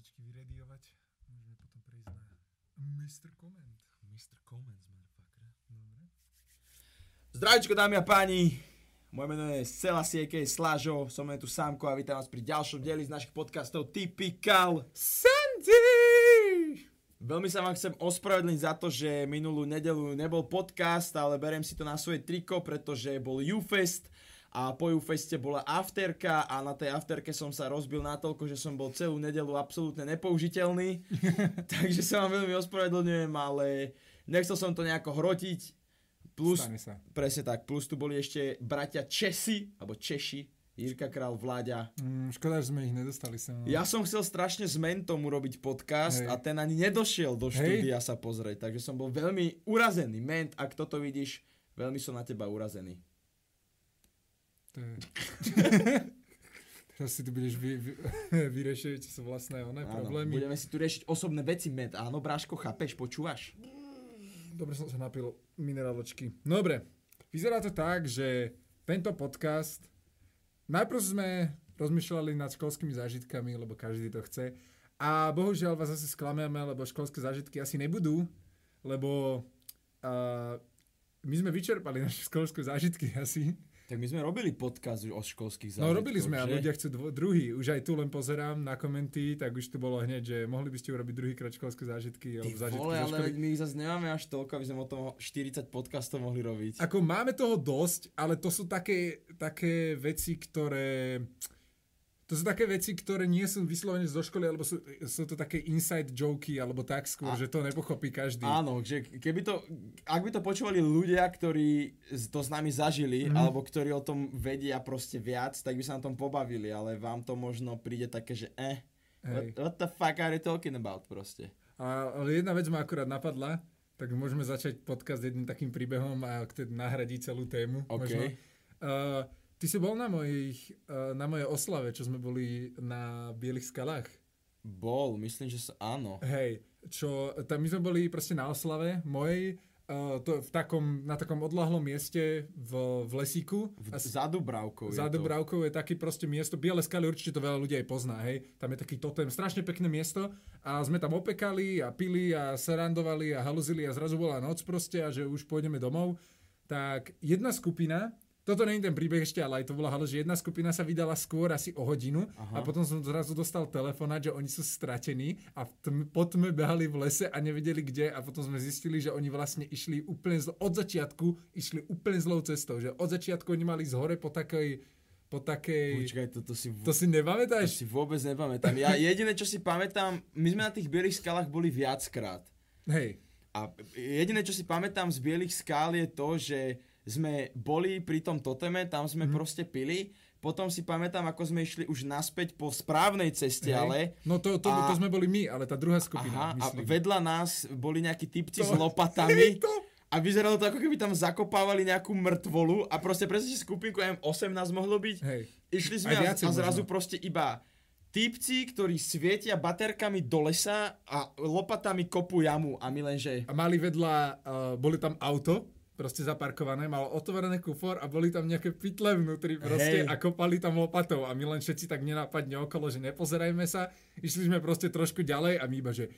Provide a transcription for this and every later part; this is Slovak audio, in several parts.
maličky vyrediovať. Môžeme potom prejsť na Mr. Comment. Mr. Comments, motherfucker. Dobre. Zdravíčko, dámy a páni. Moje meno je Selassie, a.k.a. Slažo. Som tu Sámko a vítam vás pri ďalšom dieli z našich podcastov Typical Sunday. Veľmi sa vám chcem ospravedlniť za to, že minulú nedeľu nebol podcast, ale beriem si to na svoje triko, pretože bol YouFest a po YouFeste bola afterka a na tej afterke som sa rozbil natoľko, že som bol celú nedeľu absolútne nepoužiteľný. Takže sa vám veľmi ospravedlňujem, ale nechcel som to nejako hrotiť. Plus, presne tak, plus tu boli ešte bratia Česi, alebo Češi, Jirka Král, Vláďa. Škoda, že sme ich nedostali sem. Ja som chcel strašne s Mentom urobiť podcast a ten ani nedošiel do štúdia sa pozrieť, takže som bol veľmi urazený. Ment, ak toto vidíš, veľmi som na teba urazený. To je... Teraz si tu budeš vyriešiť sa vlastné problémy. Budeme si tu riešiť osobné veci, Ment. Áno, Bráško, chápeš, počúvaš? Dobre som sa napil mineráločky. No dobre, vyzerá to tak, že tento podcast, najprv sme rozmýšľali nad školskými zážitkami, lebo každý to chce. A bohužiaľ vás zase sklameme, lebo školské zážitky asi nebudú, lebo my sme vyčerpali naše školské zážitky asi. Tak my sme robili podcast o školských zážitkoch. No robili sme a ľudia chcú druhý. Už aj tu len pozerám na komenty, tak už tu bolo hneď, že mohli by ste urobiť druhýkrát školské zážitky. Ty vole, ale my ich zase nemáme až toľko, aby sme o tom 40 podcastov mohli robiť. Ako máme toho dosť, ale to sú také veci, ktoré... To sú také veci, ktoré nie sú vyslovené zo školy, alebo sú to také inside joky, alebo tak skôr, že to nepochopí každý. Áno, že ak by to počúvali ľudia, ktorí to s nami zažili, alebo ktorí o tom vedia proste viac, tak by sa na tom pobavili, ale vám to možno príde také, že what the fuck are you talking about proste. Ale jedna vec ma akurát napadla, tak môžeme začať podcast jedným takým príbehom a nahradiť celú tému. Okay. Možno. Ty si bol na mojej oslave, čo sme boli na Bielých skalách? Bol, myslím, že áno. Hej, my sme boli proste na oslave mojej, na takom odľahlom mieste v lesíku. Za Dubravkou. Za Dubravkou je také proste miesto, Biele skaly, určite to veľa ľudí aj pozná, hej. Tam je taký totem, strašne pekné miesto a sme tam opekali a pili a sarandovali a haluzili a zrazu bola noc proste a že už pôjdeme domov. Tak jedna skupina, toto nie je ten príbeh ešte, ale aj to bola halu, že jedna skupina sa vydala skôr asi o hodinu. Aha. A potom som zrazu dostal telefonát, že oni sú stratení a potom sme behali v lese a nevedeli kde a potom sme zistili, že oni vlastne išli úplne od začiatku išli úplne zlou cestou, že od začiatku oni mali z hore po takej... Počkaj, to si nepamätáš? To si vôbec nepamätám. Ja jediné, čo si pamätám, my sme na tých Bielých skalách boli viackrát. Hej. A jediné, čo si pamätám z Bielých skál je to, že sme boli pri tom toteme, tam sme proste pili, potom si pamätám, ako sme išli už naspäť po správnej ceste, ale... No to sme boli my, ale tá druhá skupina, myslím. A vedľa nás boli nejakí typci s lopatami a vyzeralo to, ako keby tam zakopávali nejakú mŕtvolu a proste presne skupinku, 18 mohlo byť. Hej. Išli sme a zrazu proste iba typci, ktorí svietia baterkami do lesa a lopatami kopú jamu a my lenže... A mali vedľa, boli tam auto, proste zaparkované, malo otvorené kufor a boli tam nejaké pytle vnútri proste a kopali tam lopatou a my len všetci tak nenápadne okolo, že nepozerajme sa, išli sme proste trošku ďalej a my iba, že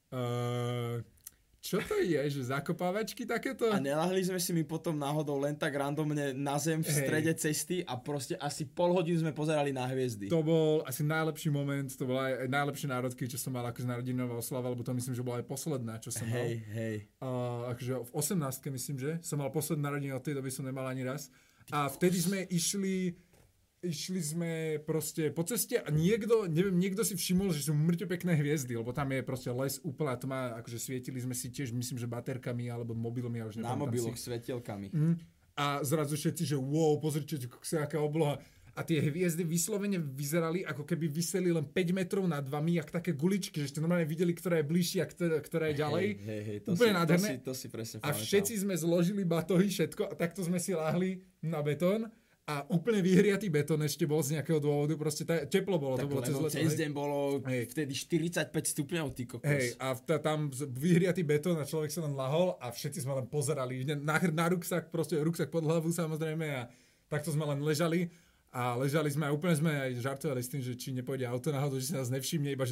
čo to je, že zakopávačky takéto? A nelahli sme si my potom náhodou len tak randomne na zem v strede cesty a proste asi pol hodinu sme pozerali na hviezdy. To bol asi najlepší moment, to bola aj najlepšie národky, čo som mal ako z narodeninová oslava, lebo to myslím, že bola aj posledná, čo som mal. Hej. Akože v 18-ke myslím, že som mal posledné narodeniny, od tej doby som nemal ani raz. A vtedy sme išli sme proste po ceste a niekto si všimol, že sú mŕte pekné hviezdy, lebo tam je proste les úplná tma, akože svietili sme si tiež, myslím, že baterkami alebo mobilmi. Ja už na mobiloch svetielkami. A zrazu všetci, že wow, pozrite, aká obloha. A tie hviezdy vyslovene vyzerali, ako keby viseli len 5 metrov nad vami, jak také guličky, že ste normálne videli, ktorá je bližšie a ktorá je ďalej. Hej, úplne nádherné. To si presne pamätám. A všetci sme zložili batohy, všetko, a takto sme si láhli na betón. A úplne vyhriatý betón ešte bol z nejakého dôvodu, proste teplo bolo. Tak, to bolo cez deň bolo vtedy 45 stupňov, ty kokos. Hej, a tam vyhriatý betón a človek sa len lahol a všetci sme len pozerali na ruksak, proste ruksak pod hlavu samozrejme a takto sme len ležali A ležali sme a úplne sme aj žartovali s tým, že či nepôjde auto náhodou, že sa nás nevšimne, iba že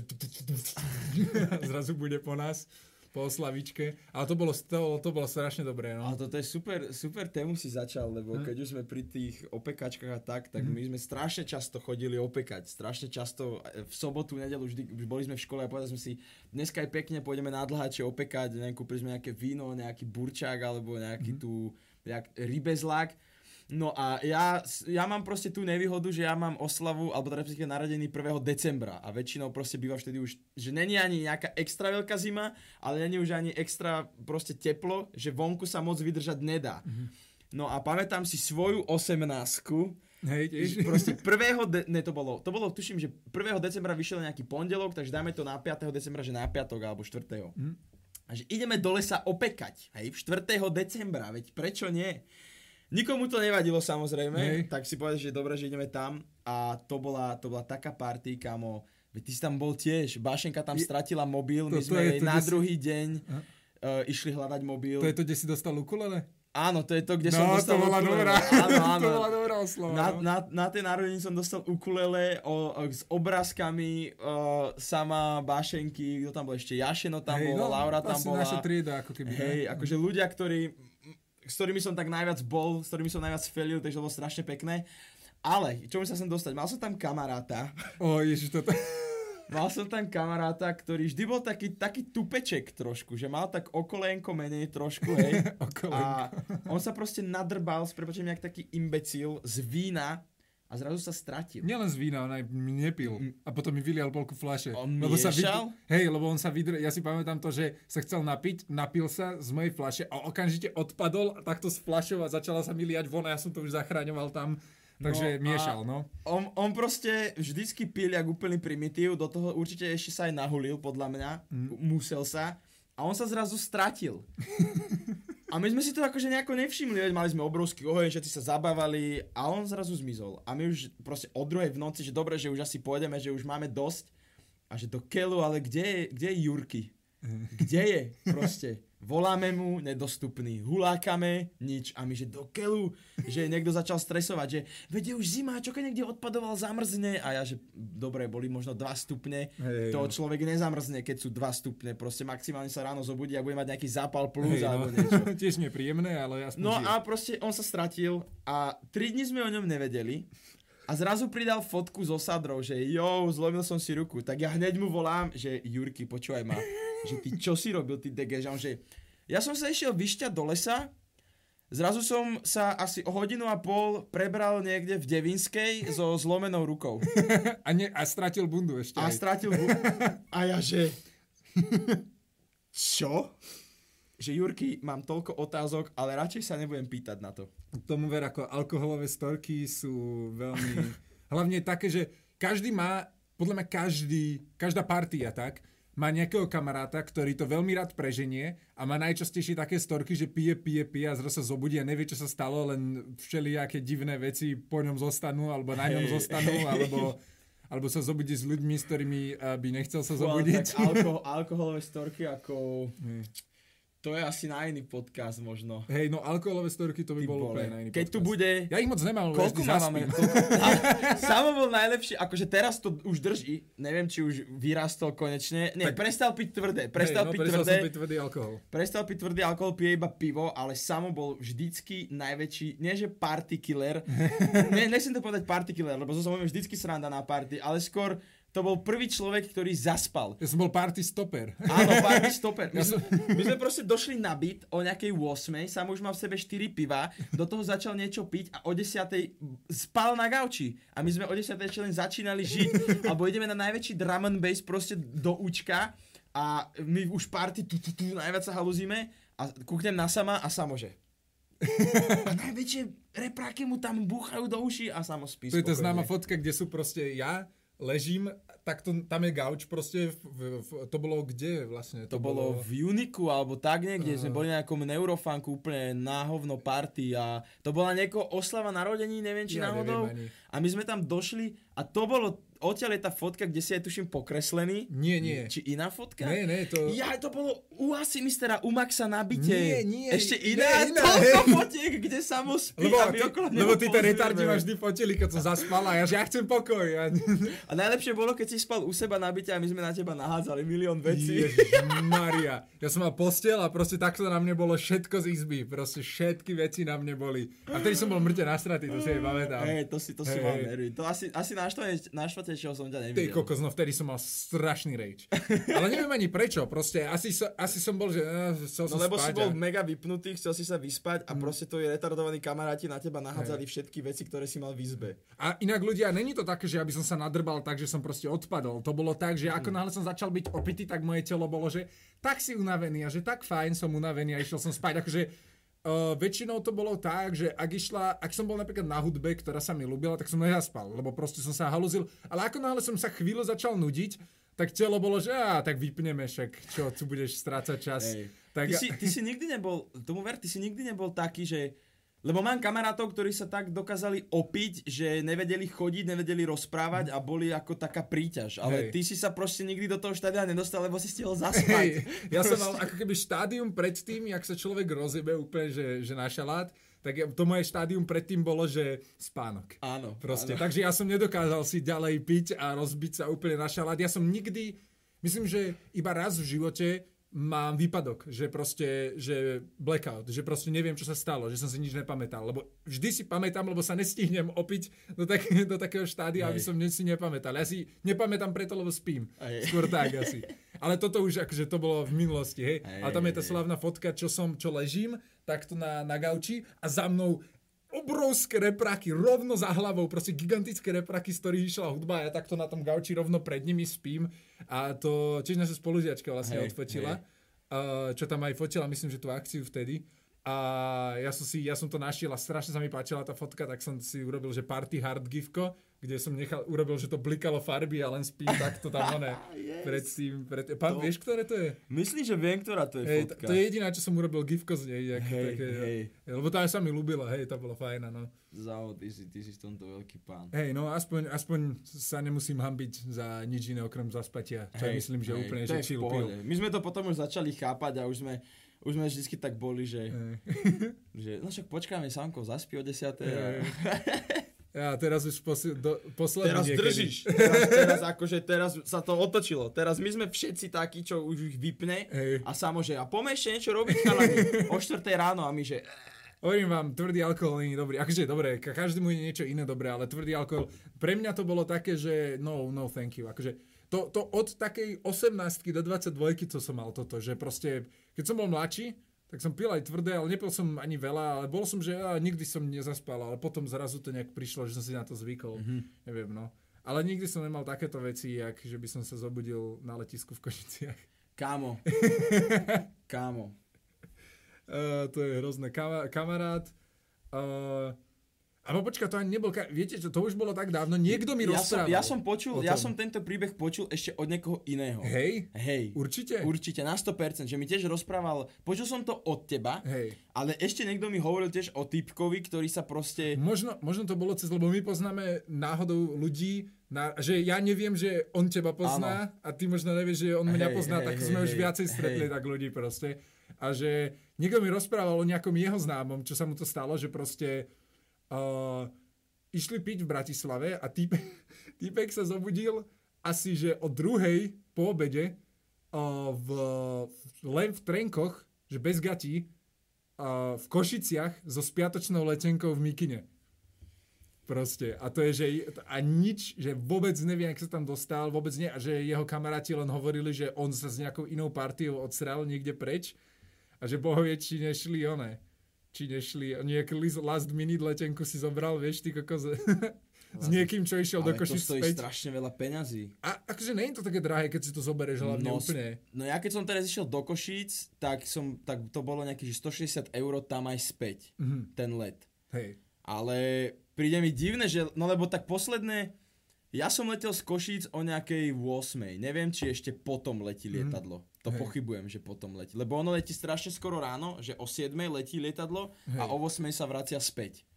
zrazu bude po nás, po oslavičke. Ale to bolo strašne dobré. No. Ale toto je super tému si začal, lebo keď už sme pri tých opekačkách a tak my sme strašne často chodili opekať. Strašne často v sobotu, nedeľu, vždy boli sme v škole a povedali sme si, dneska je pekne, pôjdeme na Dlhače opekať, kúpili sme nejaké víno, nejaký burčák alebo nejaký rybezlák. No a ja mám proste tú nevýhodu, že ja mám oslavu, alebo teda narodení 1. decembra a väčšinou proste býva vtedy už, že není ani nejaká extra veľká zima, ale není už ani extra proste teplo, že vonku sa moc vydržať nedá. No a pamätám si svoju 18-ku, proste to bolo tuším, že 1. decembra vyšiel nejaký pondelok, takže dáme to na 5. decembra, že na piatok alebo 4. A že ideme do lesa opekať, hej, 4. decembra, veď prečo nie? Nikomu to nevadilo samozrejme, tak si povedal, že dobre, že ideme tam a to bola taká party, kamo, veď ty si tam bol tiež, Bašenka tam stratila mobil, my sme jej na druhý deň išli hľadať mobil. To je to, kde si dostal ukulele? Áno, to je to, kde som dostal ukulele. Áno. To bola dobrá oslava. Na tie narodeniny som dostal ukulele s obrázkami sama Bašenky, kto tam bol ešte, Jašeno tam bol, Laura tam bola. Naša trieda, ako keby. Hej, akože ľudia, s ktorými som tak najviac bol, s ktorými som najviac felil, takže to bolo strašne pekné. Ale, čo sa sem dostať? Mal som tam kamaráta. Ježiš, toto... Mal som tam kamaráta, ktorý vždy bol taký tupeček trošku, že mal tak okolenko menej trošku, hej. A on sa proste nadrbal, s prepáčením, jak taký imbecil z vína a zrazu sa stratil. Nielen z vína, on aj nepil. A potom mi vylial polku fľaše. On miešal? Lebo on sa ja si pamätám to, že sa chcel napiť, napil sa z mojej fľaše a okamžite odpadol takto z fľašou a začala sa mi liať von a ja som to už zachraňoval tam. Takže miešal, no. On proste vždycky pil jak úplný primitív, do toho určite ešte sa aj nahulil, podľa mňa. Musel sa. A on sa zrazu stratil. A my sme si to akože nejako nevšimli, mali sme obrovský oheň, všetci sa zabávali a on zrazu zmizol. A my už proste o 2:00 v noci, že dobre, že už asi pôjdeme, že už máme dosť. A že do keľu, ale kde je Jurky? Kde je proste? Voláme mu, nedostupný, hulákame, nič. A my, že do keľu, že niekto začal stresovať, že veď je už zima, čo keď niekde odpadoval, zamrzne. A ja, že dobre, boli možno 2 stupne, človek nezamrzne, keď sú 2 stupne, proste maximálne sa ráno zobudí a bude mať nejaký zápal plus alebo niečo. Tiež nepríjemné, ale aspoň žije. A proste on sa stratil a 3 dni sme o ňom nevedeli. A zrazu pridal fotku so sadrou, že zlomil som si ruku. Tak ja hneď mu volám, že Jurky, počúvaj ma, že ty čo si robil, ty degež? Že ja som sa išiel vyšťať do lesa, zrazu som sa asi o 1.5 hodiny prebral niekde v Devinskej so zlomenou rukou. A stratil bundu ešte. A stratil bundu. A ja, že... Čo? Že Jurky, mám toľko otázok, ale radšej sa nebudem pýtať na to. Tomu ver, ako alkoholové storky sú veľmi... Hlavne také, že každý má, podľa mňa každá partia tak, má nejakého kamaráta, ktorý to veľmi rád preženie a má najčastejšie také storky, že pije a zrazu sa zobudí a nevie, čo sa stalo, len všelijaké divné veci po ňom zostanú, alebo na ňom zostanú, alebo sa zobudí s ľuďmi, s ktorými by nechcel sa zobudiť. Tak alkoholové storky ako... To je asi na iný podcast možno. Hej, no alkoholové storky to by bolo úplne na iný podcast. Keď tu bude... Ja ich moc nemám, koľko máme? Samo bol najlepší, akože teraz to už drží, neviem, či už vyrastol konečne. Nie, tak... prestal piť tvrdé. Prestal piť tvrdý alkohol. Prestal piť tvrdý alkohol, pije iba pivo, ale Samo bol vždycky najväčší, nie že party killer. Nechcem to povedať party killer, lebo so Samom vždycky sranda na party, ale skôr to bol prvý človek, ktorý zaspal. Ja som bol party stopper. Áno, party stopper. My sme proste došli na byt o nejakej 8:00, Sam už mal v sebe 4 piva, do toho začal niečo piť a o 10:00 spal na gauči. A my sme o 10:00 ešte len začínali žiť. Alebo ideme na najväčší drum and bass proste do Učka a my už party najviac sa haluzíme a kúknem na Sama a Samo, že... A najväčšie repráky mu tam búchajú do uší a Samo spí. To je tá známa fotka, kde sú proste ja, ležím, tak tam je gauč proste, to bolo kde vlastne? To bolo v Uniku alebo tak niekde, sme boli na nejakom neurofunku úplne na hovno party a to bola niekoho oslava narodení, neviem či náhodou. A my sme tam došli A to bolo, odtiaľ je tá fotka, kde si aj tuším pokreslený. Nie. Či iná fotka? Nie, to... Ja, to bolo u asi mistera u Maxa na byte. Nie. Ešte iná. Toľko fotiek, kde sa mu spí, lebo ty tie retardi ma vždy fotili, keď som zaspal a ja chcem pokoj. A najlepšie bolo, keď si spal u seba na byte a my sme na teba nahádzali milión vecí. Ježišmaria. Ja som mal posteľ a proste takto na mne bolo všetko z izby. Proste všetky veci na mne boli. A vtedy som bol mŕte nasratý, to si aj pamätám. To si mal veriť. To asi naštvatejšieho som ťa nevidel. Ty kokos, no vtedy som mal strašný rage. Ale neviem ani prečo, proste asi som bol, že chcel som spať. No lebo si bol mega vypnutý, chcel si sa vyspať a proste tvoji retardovaní kamaráti na teba nahádzali všetky veci, ktoré si mal v izbe. A inak ľudia, není to také, že aby som sa nadrbal tak, že som proste odpadol. To bolo tak, že ako náhle som začal byť opitý, tak moje telo bolo, že tak si unavený a že tak fajn som unavený a išiel som spať. Akože väčšinou to bolo tak, že ak som bol napríklad na hudbe, ktorá sa mi ľúbila, tak som nezaspal, lebo proste som sa halúzil. Ale ako náhle som sa chvíľu začal nudiť, tak telo bolo, že tak vypneme, však čo, tu budeš strácať čas. Tak... Ty si nikdy nebol, ty si nikdy nebol taký, že... Lebo mám kamarátov, ktorí sa tak dokázali opiť, že nevedeli chodiť, nevedeli rozprávať a boli ako taká príťaž. Ale ty si sa proste nikdy do toho štádia nedostal, lebo si stihol zaspať. Ja som mal ako keby štádium predtým, jak sa človek rozjebe úplne, že na šalát, tak to moje štádium predtým bolo, že spánok. Áno. Proste. Takže ja som nedokázal si ďalej piť a rozbiť sa úplne na šalát. Ja som nikdy, myslím, že iba raz v živote mám výpadok, že proste, že blackout, že proste neviem, čo sa stalo, že som si nič nepamätal, lebo vždy si pamätám, lebo sa nestihnem opiť do takého štádia, aby som si nepamätal. Ja si nepamätám preto, lebo spím. Skôr tak asi. Ale toto už akože to bolo v minulosti, hej. Ale tam je tá slavná fotka, čo ležím takto na gauči a za mnou obrovské repráky, rovno za hlavou, proste gigantické repráky, z ktorých išla hudba a ja takto na tom gauči rovno pred nimi spím a to tiež naša spolužiačka vlastne odfotila, čo tam aj fotila, myslím, že tú akciu vtedy a ja som to našiel a strašne sa mi páčila tá fotka, tak som si urobil, že party hard gifko, kde som urobil, že to blikalo farby a len spím takto tam Pán, vieš, ktoré to je? Myslím, že viem, ktorá to je fotka. To je jediná, čo som urobil gifko z nej. Lebo tá sa mi ľúbila, tá bola fajná, no. Zao, ty si v tomto veľký pán. No aspoň sa nemusím hanbiť za nič iné okrem zaspatia. Čo myslím, že úplne, že chill pill. My sme to potom už začali chápať a už sme vždycky tak boli, že no však počkáme, Samko, zaspí o 10:00 Ja teraz už posledný teraz niekedy. Držíš. Teraz sa to otočilo. Teraz my sme všetci takí, čo už ich vypne a samo, že a poďme ešte niečo robiť, chalani, o 4:00 ráno a my, že... Hovorím vám, tvrdý alkohol nie je dobrý. Akože dobre, každému je niečo iné dobré, ale tvrdý alkohol, pre mňa to bolo také, že no thank you. Akože to od takej 18 do 22, co som mal toto, že proste, keď som bol mladší, tak som pil aj tvrdé, ale nepil som ani veľa, ale bol som, že nikdy som nezaspal, ale potom zrazu to nejak prišlo, že som si na to zvykol. Neviem, no. Ale nikdy som nemal takéto veci, jak že by som sa zobudil na letisku v Košiciach. Kámo. To je hrozné. Kamarát. Ale počkaj, to ani nebol... Viete čo, to už bolo tak dávno. Niekto mi rozprával. Ja som tento príbeh počul ešte od niekoho iného. Hej? Určite? Určite, na 100%. Že mi tiež rozprával... Počul som to od teba, ale ešte niekto mi hovoril tiež o typkovi, ktorý sa proste... Možno to bolo cez... Lebo my poznáme náhodou ľudí, že ja neviem, že on teba pozná a ty možno nevieš, že on mňa pozná, tak sme už viacej stretli tak ľudí proste. A že niekto mi rozprával o nejakom jeho známom, čo sa mu to stalo, že proste... išli piť v Bratislave a týpek sa zobudil asi, že o 2:00 po obede len v trenkoch, že bez gatí v Košiciach so spiatočnou letenkou v mikine. Proste. A to je, že a nič, že vôbec nevie, jak sa tam dostal, vôbec nie. A že jeho kamaráti len hovorili, že on sa s nejakou inou partiou odstrel niekde preč a že bohovie, či nešli nejaký last minute letenku si zobral, vieš, ty kokos s niekým, čo išiel do Košic späť. Ale to stojí strašne veľa peňazí. A akože nie je to také drahé, keď si to zoberieš hlavne úplne. No ja keď som teraz išiel do Košíc, tak to bolo nejakých 160 € tam aj späť, ten let. Hej. Ale príde mi divné, že, no lebo tak posledné, ja som letel z Košíc o nejakej 8:00, neviem, či ešte potom letí lietadlo. To pochybujem, že potom letí. Lebo ono letí strašne skoro ráno, že o 7:00 letí lietadlo a o 8:00 sa vracia späť.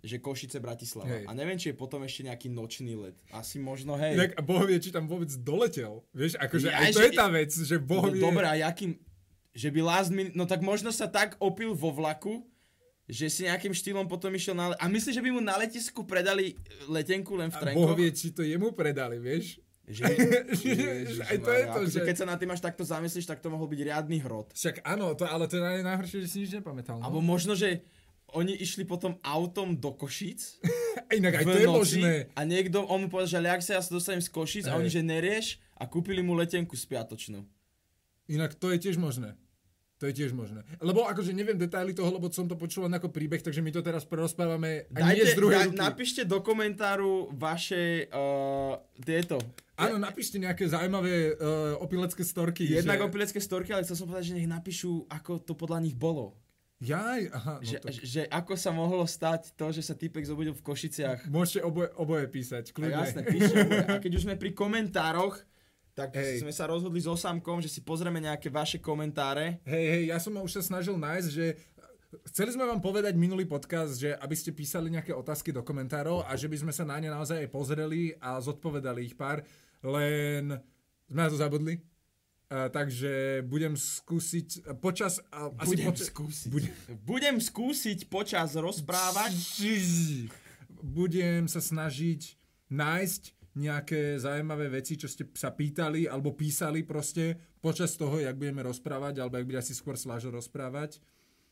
že Košice, Bratislava. Hej. A neviem, či je potom ešte nejaký nočný let. Asi možno, hej. Tak a Boh vie, či tam vôbec doletel. Vieš, akože Ja, aj to je tá vec, že Boh vie... Dobre, a jakým... Že by last minute... No tak možno sa tak opil vo vlaku, že si nejakým štýlom potom išiel na... A myslíš, že by mu na letisku predali letenku len v A Boh trenkoch? vie, či to jemu predali, vieš? Aj to je to, akože že... keď sa na tým až takto zamyslíš, tak to mohol byť riadny hrot. Však áno, ale to je najhoršie, že si nič nepamätal. No? Alebo možno, že oni išli potom autom do Košíc. Inak aj v to je noci možné. A niekto, on mu povedal, že ľak sa, ja sa dostanem z Košíc a oni, že nerieš a kúpili mu letenku spiatočnú. Inak to je tiež možné. To je tiež možné. Lebo akože neviem detaily toho, lebo som to počul len ako príbeh, takže my to teraz prerozprávame aj nie z druhej ruky. Napíšte do komentáru vaše tieto. Áno, napíšte nejaké zaujímavé opilecké storky. Jednak opilecké storky, ale chcel som povedať, že nech napíšu, ako to podľa nich bolo. Jaj, aha. No že ako sa mohlo stať to, že sa typek zobudil v Košiciach. Môžete oboje písať, kľudne. A jasné, píšte oboje. A keď už sme pri komentároch, tak sme sa rozhodli s Osamkom, že si pozrieme nejaké vaše komentáre. Hej, ja som už sa snažil nájsť, že chceli sme vám povedať minulý podcast, že aby ste písali nejaké otázky do komentárov a že by sme sa na ne naozaj aj pozreli a zodpovedali ich pár, len sme na to zabudli. Takže budem skúsiť počas... Budem skúsiť počas rozprávať. Budem sa snažiť nájsť nejaké zaujímavé veci, čo ste sa pýtali alebo písali proste počas toho, jak budeme rozprávať, alebo jak bude asi skôr Slážo rozprávať.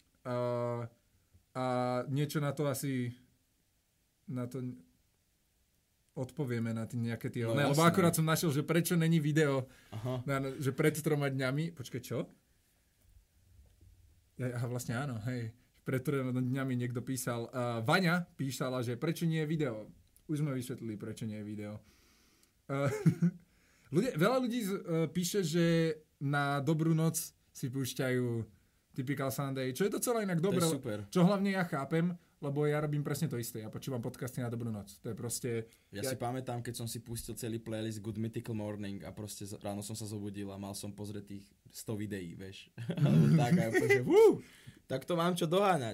A niečo na to asi odpovieme na nejaké tie... No, lebo akurát som našiel, že prečo není video, že pred 3 dňami... Počkaj, čo? Aha, vlastne áno, hej. Pred 3 dňami niekto písal. Vaňa písala, že prečo nie je video. Už sme vysvetlili, prečo nie je video. Veľa ľudí píše, že na dobrú noc si púšťajú Typical Sunday, čo je to celé inak dobré. To je super. Čo hlavne ja chápem, lebo ja robím presne to isté. Ja počúvam podcasty na dobrú noc. To je proste... Ja si pamätám, keď som si pustil celý playlist Good Mythical Morning a proste ráno som sa zobudil a mal som pozrieť tých 100 videí, vieš. Tak a ja že tak to mám čo doháňať.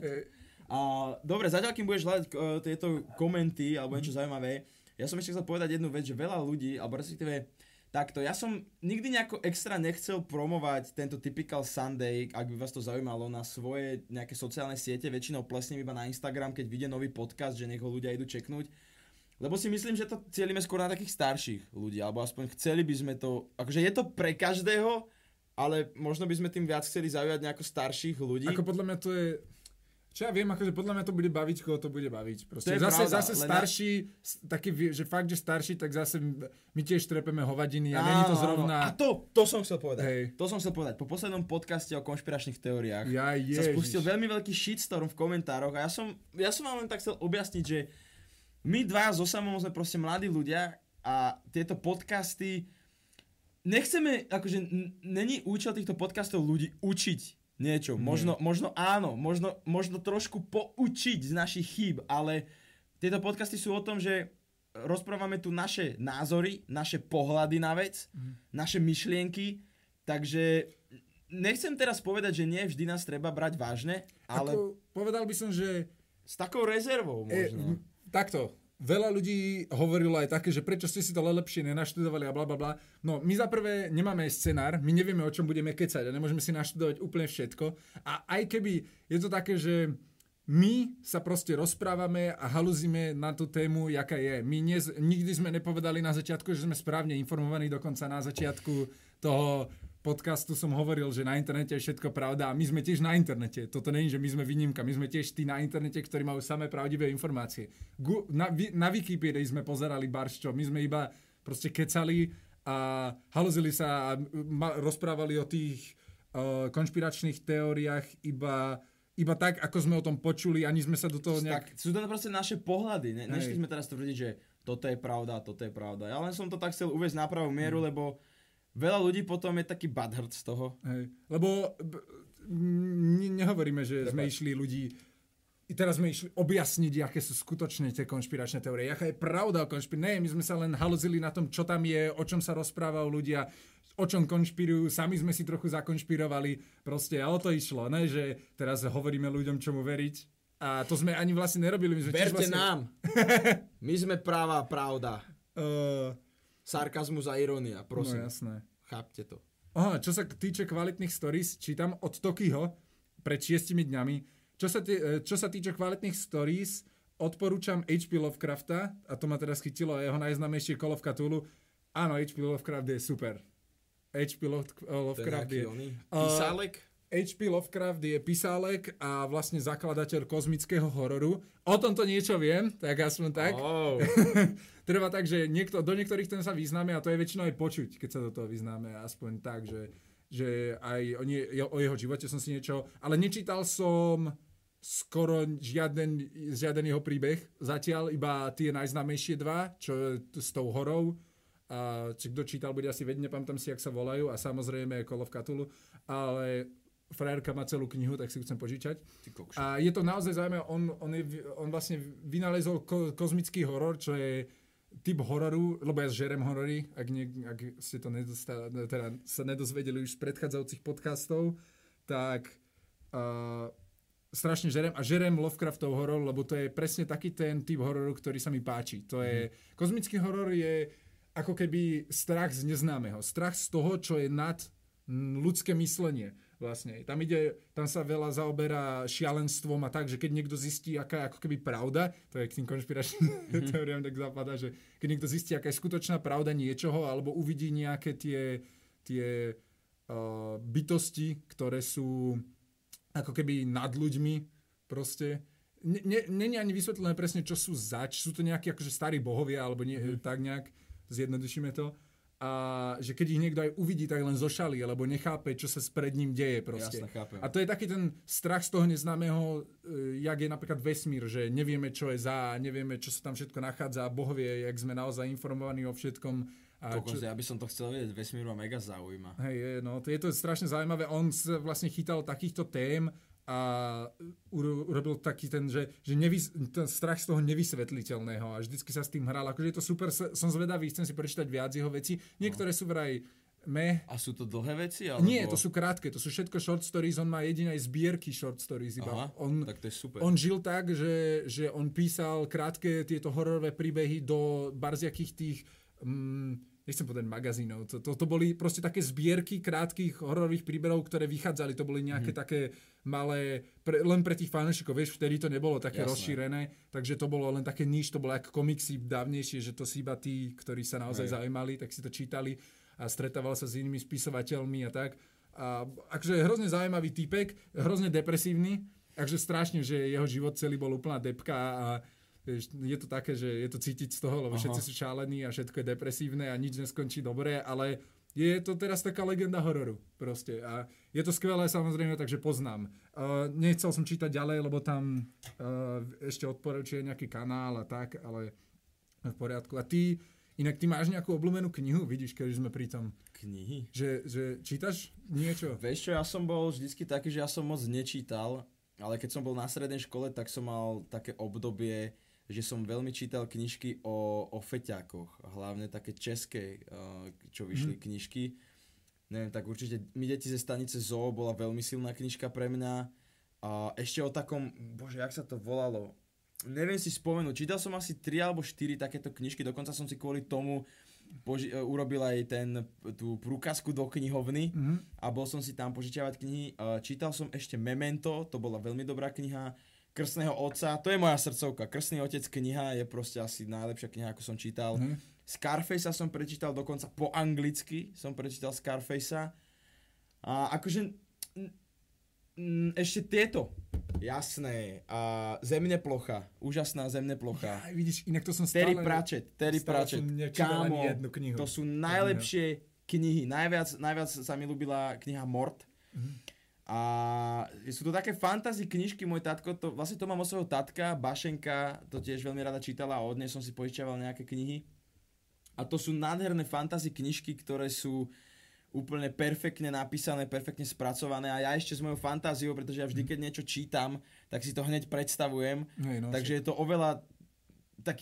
Dobre, zatiaľ kým budeš hľadať tieto komenty alebo niečo zaujímavé, ja som ešte chcel povedať jednu vec, že veľa ľudí, alebo respektíve takto, ja som nikdy nejako extra nechcel promovať tento Typical Sunday, ak by vás to zaujímalo, na svoje nejaké sociálne siete, väčšinou plesnem iba na Instagram, keď vyjde nový podcast, že nech ho ľudia idú čeknúť, lebo si myslím, že to cielime skôr na takých starších ľudí, alebo aspoň chceli by sme to, akože je to pre každého, ale možno by sme tým viac chceli zaujať nejako starších ľudí. Ako podľa mňa to je... Čo ja viem, akože podľa mňa to bude baviť, koho to bude baviť. Proste. To je pravda, zase starší, taký, že fakt, že starší, tak zase my tiež trepeme hovadiny a není to zrovna... A to som chcel povedať. Hej. To som chcel povedať. Po poslednom podcaste o konšpiračných teóriách sa spustil veľmi veľký shitstorm v komentároch a ja som vám len tak chcel objasniť, že my dvaja so Samom sme proste mladí ľudia a tieto podcasty nechceme, akože není účel týchto podcastov ľudí učiť niečo, možno áno, možno trošku poučiť z našich chýb, ale tieto podcasty sú o tom, že rozprávame tu naše názory, naše pohľady na vec, naše myšlienky, takže nechcem teraz povedať, že nie vždy nás treba brať vážne, ale... Povedal by som, že... S takou rezervou možno. Takto. Veľa ľudí hovorilo aj také, že prečo ste si to lepšie nenaštudovali a blablabla. No my za prvé nemáme scenár, my nevieme, o čom budeme kecať a nemôžeme si naštudovať úplne všetko. A aj keby je to také, že my sa proste rozprávame a haluzíme na tú tému, jaká je. My nikdy sme nepovedali na začiatku, že sme správne informovaní, dokonca na začiatku toho podcastu som hovoril, že na internete je všetko pravda a my sme tiež na internete. Toto nie je, že my sme výnimka, my sme tiež tí na internete, ktorí majú samé pravdivé informácie. Na Wikipedii sme pozerali barščo, my sme iba proste kecali a halozili sa a rozprávali o tých konšpiračných teóriách iba tak, ako sme o tom počuli, ani sme sa do toho nejak... Tak, sú to proste naše pohľady, nešli sme teraz tvrdiť, že toto je pravda, toto je pravda. Ja len som to tak chcel uvieť na pravú mieru, lebo veľa ľudí potom je taký butthurt z toho. Hej. Lebo nehovoríme, že sme išli ľudí... I teraz sme išli objasniť, aké sú skutočne tie konšpiračné teórie. Jaká je pravda o konšpirácii. My sme sa len halozili na tom, čo tam je, o čom sa rozprávajú ľudia, o čom konšpirujú. Sami sme si trochu zakonšpirovali. Proste, a o to išlo, ne? Že teraz hovoríme ľuďom, čomu veriť. A to sme ani vlastne nerobili. My sme Verte vlastne... nám. My sme pravá pravda. Sarkazmus a irónia, prosím. No jasné. Chápte to. Aha, čo sa týče kvalitných stories, čítam od Tokiho pred 6 dňami. Čo sa týče kvalitných stories, odporúčam H.P. Lovecrafta, a to ma teraz chytilo jeho najznámejšie Call of Cthulhu. Áno, H.P. Lovecraft je super. H.P. Lovecraft je... Písálek? H.P. Lovecraft je písálek a vlastne zakladateľ kozmického hororu. O tomto niečo viem, tak aspoň tak. Oh. Treba tak, že do niektorých ten sa vyznáme a to je väčšinou aj počuť, keď sa do toho vyznáme. Aspoň tak, že aj o jeho živote som si niečo... Ale nečítal som skoro žiaden jeho príbeh. Zatiaľ iba tie najznámejšie dva, čo s tou horou. A či kto čítal, bude asi vedieť, nepamätám si, jak sa volajú. A samozrejme Call of Cthulhu. Ale frajerka má celú knihu, tak si ju chcem požičať. A je to naozaj zaujímavé. On vlastne vynalezol kozmický horor, čo je typ hororu, lebo ja žerem horory, ak ste to sa nedozvedeli už z predchádzajúcich podcastov, tak strašne žerem Lovecraftov horor, lebo to je presne taký ten typ hororu, ktorý sa mi páči. To je, kozmický horor je ako keby strach z neznámeho. Strach z toho, čo je nad ľudské myslenie. Vlastne. Tam sa veľa zaoberá šialenstvom a tak, že keď niekto zistí, aká je ako keby pravda, to je k tým konšpiračným teóriám tak zapadá, že keď niekto zistí, aká je skutočná pravda niečoho, alebo uvidí nejaké tie bytosti, ktoré sú ako keby nad ľuďmi, proste. Není ani vysvetlené presne, čo sú zač. Sú to nejakí akože starí bohovia, alebo tak nejak, zjednodušíme to. A že keď ich niekto aj uvidí, tak len zošalí, alebo nechápe, čo sa pred ním deje proste. Jasne, chápem. A to je taký ten strach z toho neznámeho, jak je napríklad vesmír, že nevieme, čo je nevieme, čo sa tam všetko nachádza a Boh vie, jak sme naozaj informovaní o všetkom. Ja by som to chcel vedieť, vesmír ma mega zaujíma. Hej, je to strašne zaujímavé. On sa vlastne chytal takýchto tém a urobil taký ten, že ten strach z toho nevysvetliteľného a vždycky sa s tým hral. Akože je to super, som zvedavý, chcem si prečítať viac jeho vecí. Niektoré sú vraj A sú to dlhé veci? Alebo... Nie, to sú krátke, to sú všetko short stories, on má jediné zbierky short stories iba. Aha, tak to je super. On žil tak, že on písal krátke tieto hororové príbehy do barziakých tých... nechcem povedať magazínov, to boli proste také zbierky krátkych hororových príbehov, ktoré vychádzali, to boli nejaké také malé, len pre tých fanúšikov, vieš, vtedy to nebolo také rozšírené, takže to bolo len také niž, to bolo ako komiksy dávnejšie, že to si iba tí, ktorí sa naozaj zaujímali, tak si to čítali a stretával sa s inými spisovateľmi a tak. A akože hrozne zaujímavý týpek, hrozne depresívny, takže strašne, že jeho život celý bol úplná depka a je to také, že je to cítiť z toho, lebo všetci sú šálení a všetko je depresívne a nič neskončí dobre, ale je to teraz taká legenda hororu proste a je to skvelé samozrejme, takže poznám. Nechcel som čítať ďalej, lebo tam ešte odporúčuje nejaký kanál a tak, ale v poriadku. A ty máš nejakú obľúbenú knihu, vidíš, keď sme pri tom. Knihy? Že čítaš niečo? Vieš čo, ja som bol vždycky taký, že ja som moc nečítal, ale keď som bol na strednej škole, tak som mal také obdobie, že som veľmi čítal knižky o feťákoch, hlavne také české, čo vyšli knižky. Neviem, tak určite My deti ze stanice Zoo bola veľmi silná knižka pre mňa. A ešte o takom, bože, jak sa to volalo, neviem si spomenúť, čítal som asi 3 alebo 4 takéto knižky, dokonca som si kvôli tomu urobil aj tú prúkazku do knihovny a bol som si tam požičiavať knihy. Čítal som ešte Memento, to bola veľmi dobrá kniha. Krstného otca, to je moja srdcovka. Krstný otec kniha je proste asi najlepšia kniha, ako som čítal. Scarfacea som prečítal dokonca po anglicky, som prečítal Scarfacea. A akože ešte tieto, jasné. A Zemne plocha, úžasná Zemne plocha. Ja, vidíš, inak to som stále... Terry Pratchett, kámo, to sú najlepšie knihy. Najviac sa mi ľúbila kniha Mort. A sú to také fantasy knižky, môj tatko, vlastne to mám od svojho tatka, Bašenka, to tiež veľmi rada čítala a od nej som si požičiaval nejaké knihy. A to sú nádherné fantasy knižky, ktoré sú úplne perfektne napísané, perfektne spracované a ja ešte s mojou fantáziou, pretože ja vždy, keď niečo čítam, tak si to hneď predstavujem. Takže je to oveľa taký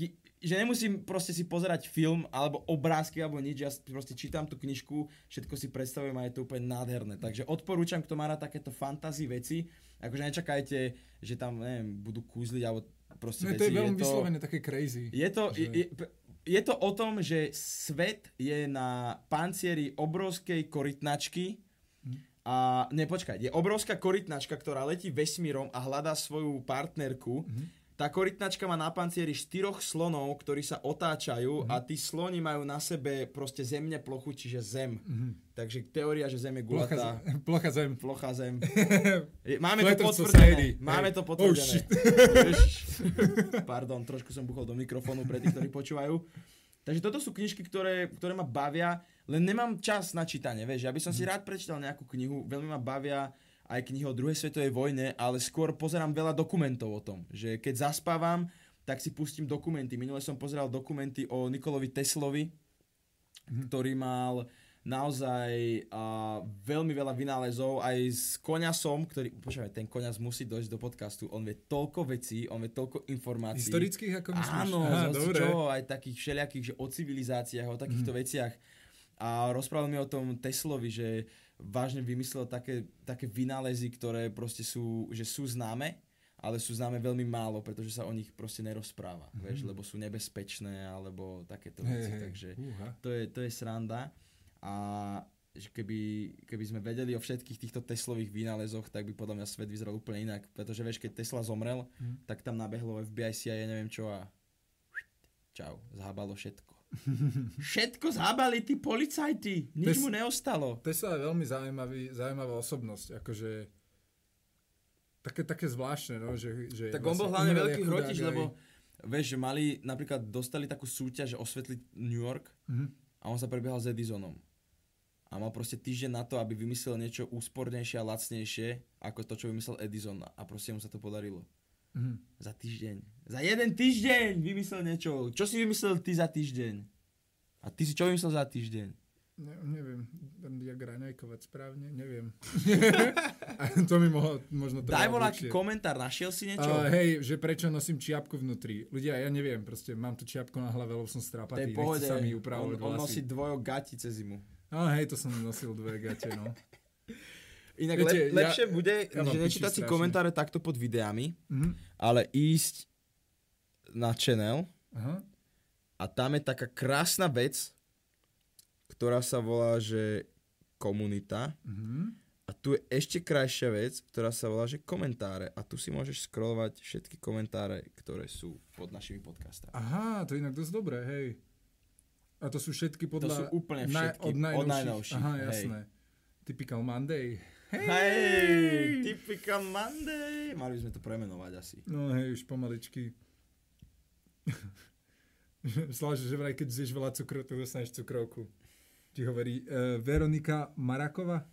že nemusím proste si pozerať film alebo obrázky alebo nič, ja proste čítam tú knižku, všetko si predstavujem a je to úplne nádherné. Takže odporúčam, kto má rád takéto fantasy veci, akože nečakajte, že tam, neviem, budú kúzliť alebo proste veci. To je veľmi vyslovene také crazy. Je to o tom, že svet je na pancieri obrovskej korytnačky a je obrovská korytnačka, ktorá letí vesmírom a hľadá svoju partnerku. Tá korytnačka má na pancieri 4 slonov, ktorí sa otáčajú a tí sloni majú na sebe proste zemne plochu, čiže zem. Takže teória, že zem je gulatá. Plocha zem. Máme to potvrdené. Máme to potvrdené. Pardon, trošku som buchol do mikrofónu pre tých, ktorí počúvajú. Takže toto sú knižky, ktoré ma bavia, len nemám čas na čítanie, vieš. Ja by som si rád prečítal nejakú knihu, veľmi ma bavia aj knihy o druhej svetovej vojne, ale skôr pozerám veľa dokumentov o tom, že keď zaspávam, tak si pustím dokumenty. Minule som pozeral dokumenty o Nikolovi Teslovi, ktorý mal naozaj veľmi veľa vynálezov, aj s Koňasom, ten Koňas musí dojsť do podcastu, on vie toľko vecí, on vie toľko informácií. Historických ako myslíš? Áno, aj takých všelijakých, že o civilizáciách, o takýchto veciach. A rozprával mi o tom Teslovi, že vážne vymyslel také vynálezy, ktoré proste sú známe, ale sú známe veľmi málo, pretože sa o nich proste nerozpráva, vieš, lebo sú nebezpečné, alebo takéto veci, takže to je sranda. A že keby sme vedeli o všetkých týchto Teslových vynálezoch, tak by podľa mňa svet vyzeral úplne inak, pretože vieš, keď Tesla zomrel, tak tam nabehlo FBI, CIA, neviem čo a čau, zhábalo všetko. Všetko zhábali tí policajti, nič mu neostalo. Tesla je veľmi zaujímavá osobnosť, akože také zvláštne, no, že tak on bol hlavne veľký hrotič, lebo vieš, že dostali takú súťaž osvetliť New York a on sa prebiehal s Edisonom. A mal proste týždeň na to, aby vymyslel niečo úspornejšie a lacnejšie, ako to, čo vymyslel Edison. A proste mu sa to podarilo. Za týždeň. Za jeden týždeň vymyslel niečo. Čo si vymyslel ty za týždeň? A ty si čo vymyslel za týždeň? Neviem. Jak raňajkovať správne? Neviem. To mi mohlo možno trvať. Daj voľaký komentár. Našiel si niečo? Hej, že prečo nosím čiapku vnútri. Ľudia, ja neviem. Proste mám tu čiapku na hlave, lebo som strápatý. Nechci sa mi upravovať vlasy. On nosí dvojok gati cez zimu. Hej, to som nosil dvoje gate, no. Inak lepšie bude, že nečítať si komentáre takto pod videami, ale ísť na channel a tam je taká krásna vec, ktorá sa volá, že komunita. A tu je ešte krajšia vec, ktorá sa volá, že komentáre. A tu si môžeš scrollovať všetky komentáre, ktoré sú pod našimi podcastami. Aha, to je inak dosť dobré, hej. A to sú všetky podľa... To sú úplne všetky, od najnovších. Aha, jasné. Typical Monday. Hej, Typical Monday. Mali sme to premenovať asi. No hej, už pomaličky. Sláže, že vraj, keď zješ veľa cukru, tak dostaneš cukrovku. Ti hovorí Veronika Maráková.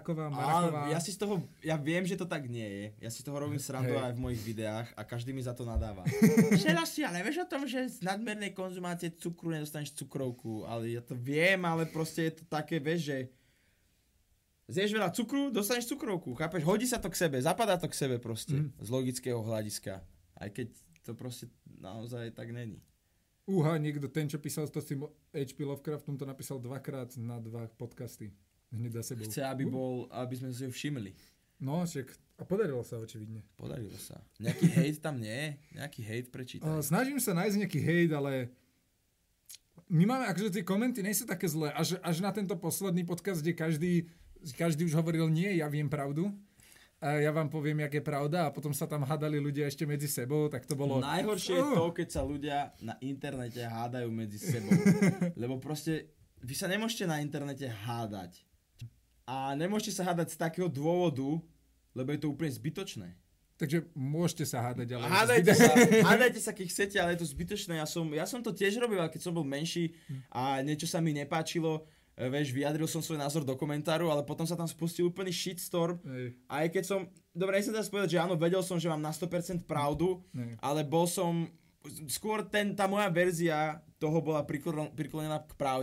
Ja viem, že to tak nie je. Ja si toho robím srandu aj v mojich videách a každý mi za to nadáva. Šelasti, ale vieš o tom, že z nadmernej konzumácie cukru nedostaneš cukrovku. Ale ja to viem, ale proste je to také, vieš, že zješ veľa cukru, dostaneš cukrovku. Chápeš? Hodí sa to k sebe, zapadá to k sebe proste. Z logického hľadiska. Aj keď to proste naozaj tak není. Niekto, ten, čo písal to s tým H.P. Lovecraftom, to napísal 2-krát na 2 podcasty. Hneď za sebou. Chce, aby sme si ho všimli. No, a podarilo sa očividne. Podarilo sa. Nejaký hejt tam nie je? Nejaký hejt prečítaj. Snažím sa nájsť nejaký hejt, ale my máme, akože tie komenty nie sú také zlé. Až na tento posledný podcast, kde každý už hovoril, nie, ja viem pravdu. A ja vám poviem, jak je pravda, a potom sa tam hádali ľudia ešte medzi sebou, tak to bolo... Najhoršie je to, keď sa ľudia na internete hádajú medzi sebou. Lebo proste, vy sa nemôžete na internete hádať. A nemôžete sa hádať z takého dôvodu, lebo je to úplne zbytočné. Takže môžete sa hádať, ale... Hádajte sa, keď chcete, ale je to zbytočné. Ja som to tiež robil, keď som bol menší a niečo sa mi nepáčilo, vieš, vyjadril som svoj názor do komentáru, ale potom sa tam spustil úplný shitstorm. Aj keď som, dobre, nechcem teraz povedať, že áno, vedel som, že mám na 100% pravdu, ale bol som, skôr tá moja verzia toho bola priklonená k pravde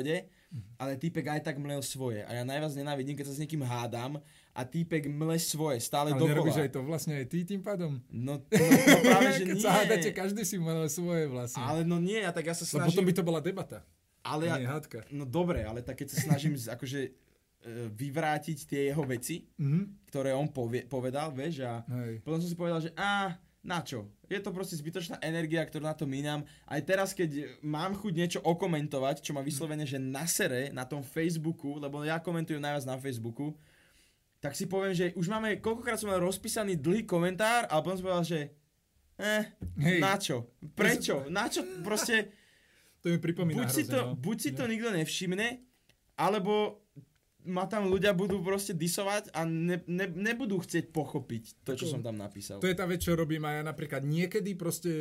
ale týpek aj tak mlel svoje. A ja najviac nenávidím, keď sa s niekým hádam a týpek mle svoje, stále dokola. Ale nerobíš aj to vlastne aj ty tým pádom? No práve, že keď nie. sa hádate, každý si mle svoje vlastne. Ale no nie, ja tak ja sa snažím... Lebo potom by to bola debata. Ale nie hádka. No dobre, ale tak keď sa snažím akože vyvrátiť tie jeho veci, ktoré on povedal, vieš, a potom som si povedal, že na čo? Je to proste zbytočná energia, ktorú na to mínam. Aj teraz, keď mám chuť niečo okomentovať, čo ma vyslovene, že nasere na tom Facebooku, lebo ja komentujem najviac na Facebooku, tak si poviem, že už máme, koľkokrát som mal rozpísaný dlhý komentár, ale potom som povedal, že na čo? Prečo? Na čo? Proste to mi pripomína buď si to nikto nevšimne, alebo ma tam ľudia budú proste disovať a nebudú chcieť pochopiť to, čo som tam napísal. To je tá vec, čo robím aj ja napríklad. Niekedy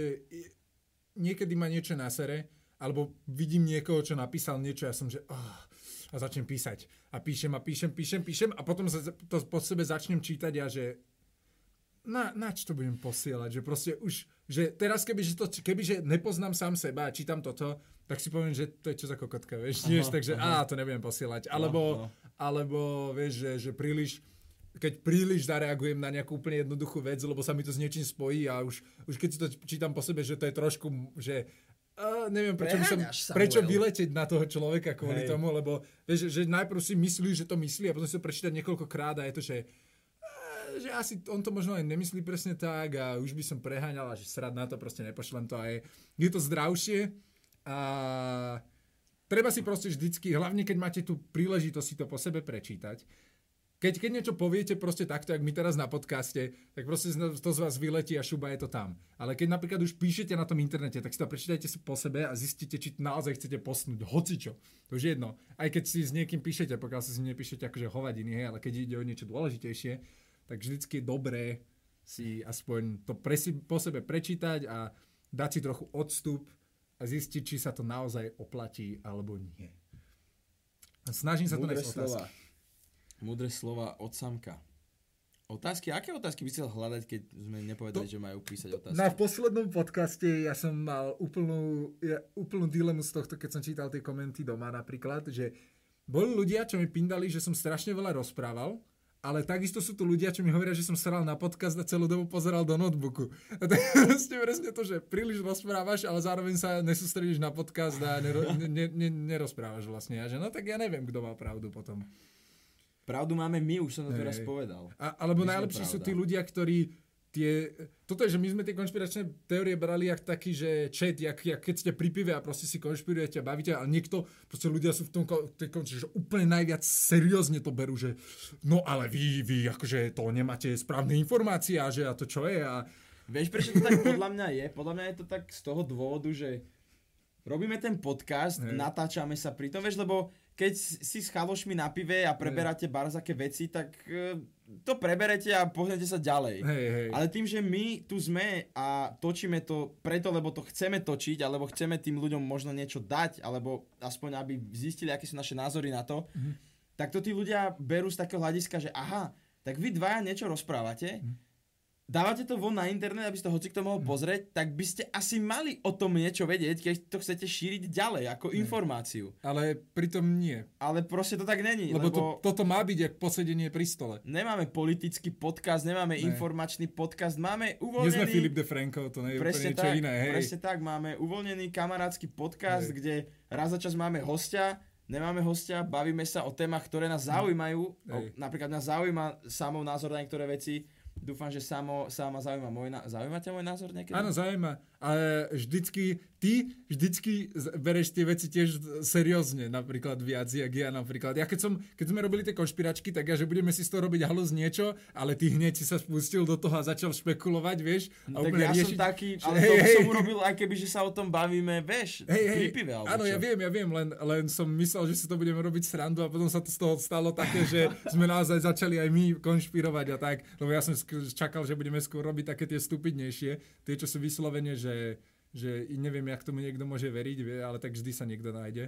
ma niečo nasere, alebo vidím niekoho, čo napísal niečo, ja som, že a začnem písať. A píšem a potom to po sebe začnem čítať a že nač to budem posielať, že proste už, že teraz kebyže nepoznám sám seba a čítam toto, tak si poviem, že to je čo za kokotka, vieš, takže to nebudem posielať. Alebo vieš, že keď príliš zareagujem na nejakú úplne jednoduchú vec, lebo sa mi to s niečím spojí a už keď si to čítam po sebe, že to je trošku, že neviem, prečo vyletieť na toho človeka kvôli tomu, lebo vieš, že najprv si myslí, že to myslí a potom si to prečítať niekoľkokrát a je to, že asi on to možno aj nemyslí presne tak a už by som preháňal a že srad na to, proste nepošlem to a je to zdravšie a treba si proste vždycky, hlavne keď máte tú príležitosť si to po sebe prečítať, keď niečo poviete proste takto, jak my teraz na podcaste, tak proste to z vás vyletí a šuba je to tam. Ale keď napríklad už píšete na tom internete, tak si to prečítajte si po sebe a zistíte, či naozaj chcete postnúť hocičo. To už je jedno. Aj keď si s niekým píšete, pokiaľ si nepíšete akože hovadiny, hej, ale keď ide o niečo dôležitejšie, tak vždycky je dobré si aspoň to po sebe prečítať a dať si trochu odstup a zistiť, či sa to naozaj oplatí alebo nie. Snažím sa to nájsť otázky. Múdre slova od Samka. Otázky? Aké otázky by si chcel hľadať, keď sme nepovedali, že majú písať otázky? Na poslednom podcaste ja som mal úplnú dilemu z tohto, keď som čítal tie komenty doma napríklad, že boli ľudia, čo mi pindali, že som strašne veľa rozprával, ale takisto sú tu ľudia, čo mi hovoria, že som sral na podcast a celú dobu pozeral do notebooku. A to je presne to, že príliš rozprávaš, ale zároveň sa nesústredíš na podcast a nerozprávaš vlastne. A že no tak ja neviem, kto má pravdu potom. Pravdu máme my, už som to teraz povedal. Alebo najlepší sú tí ľudia, ktorí toto je, že my sme tie konšpiračné teórie brali jak taký, že chat, jak keď ste pri pive a proste si konšpirujete a bavíte, ale niekto, proste ľudia sú v tom že úplne najviac seriózne to berú, že no ale vy akože to nemáte správne informácie a že a to čo je a... Vieš, prečo to tak podľa mňa je? Podľa mňa je to tak z toho dôvodu, že robíme ten podcast, natáčame sa pri tom, vieš, lebo keď si s chalošmi na pive a preberáte barzaké veci, tak to preberete a pohnete sa ďalej. Ale tým, že my tu sme a točíme to preto, lebo to chceme točiť, alebo chceme tým ľuďom možno niečo dať, alebo aspoň aby zistili, aké sú naše názory na to, tak to tí ľudia berú z takého hľadiska, že aha, tak vy dvaja niečo rozprávate, dávate to von na internet, aby ste to hocikto mohol pozrieť, tak by ste asi mali o tom niečo vedieť, keď to chcete šíriť ďalej ako informáciu. Ale pritom nie. Ale proste to tak není. Lebo toto má byť jak posedenie pri stole. Nemáme politický podcast, nemáme informačný podcast, máme uvoľnený... Nie sme Filip de Franco, to nie je úplne niečo iné. Hej. Presne tak, máme uvoľnený kamarátsky podcast, kde raz za čas máme hostia, nemáme hostia, bavíme sa o témach, ktoré nás zaujímajú. Napríklad nás zaujíma samou názor na niektoré veci. Dúfam, že sama zaujíma môj názor. Zaujíma ťa môj názor niekedy? Áno, zaujíma. Ale ty vždycky bereš tie veci tiež seriózne, napríklad viac, jak ja napríklad. Ja keď sme robili tie konšpiračky, tak ja, že budeme si z toho robiť halus niečo, ale ty hneď si sa spustil do toho a začal špekulovať, vieš. No, tak ja som taký, ale to som urobil, aj keby, že sa o tom bavíme, vieš, pri pive, alebo áno, čo? ja viem, len som myslel, že si to budeme robiť srandu a potom sa to z toho stalo také, že sme naozaj začali aj my konšpirovať a tak, lebo ja som čakal, že budeme skôr robiť také tie stupidnejšie, tie, čo sú vyslovene, že neviem, jak tomu niekto môže veriť, ale tak vždy sa niekto nájde.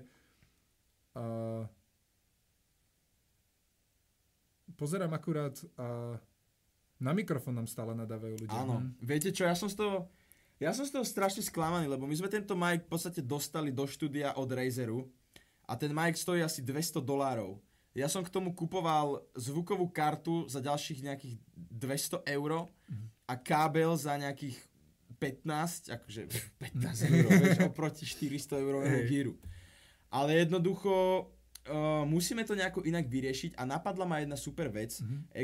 Pozerám akurát na mikrofón nám stále nadávajú ľudia. Áno. Viete čo, ja som z toho strašne sklamaný, lebo my sme tento mic v podstate dostali do štúdia od Razeru a a ten mic stojí asi $200. Ja som k tomu kupoval zvukovú kartu za ďalších nejakých 200 € a kábel za nejakých 15 €, vieš, oproti 400 € gíru. Ale jednoducho musíme to nejako inak vyriešiť a napadla ma jedna super vec.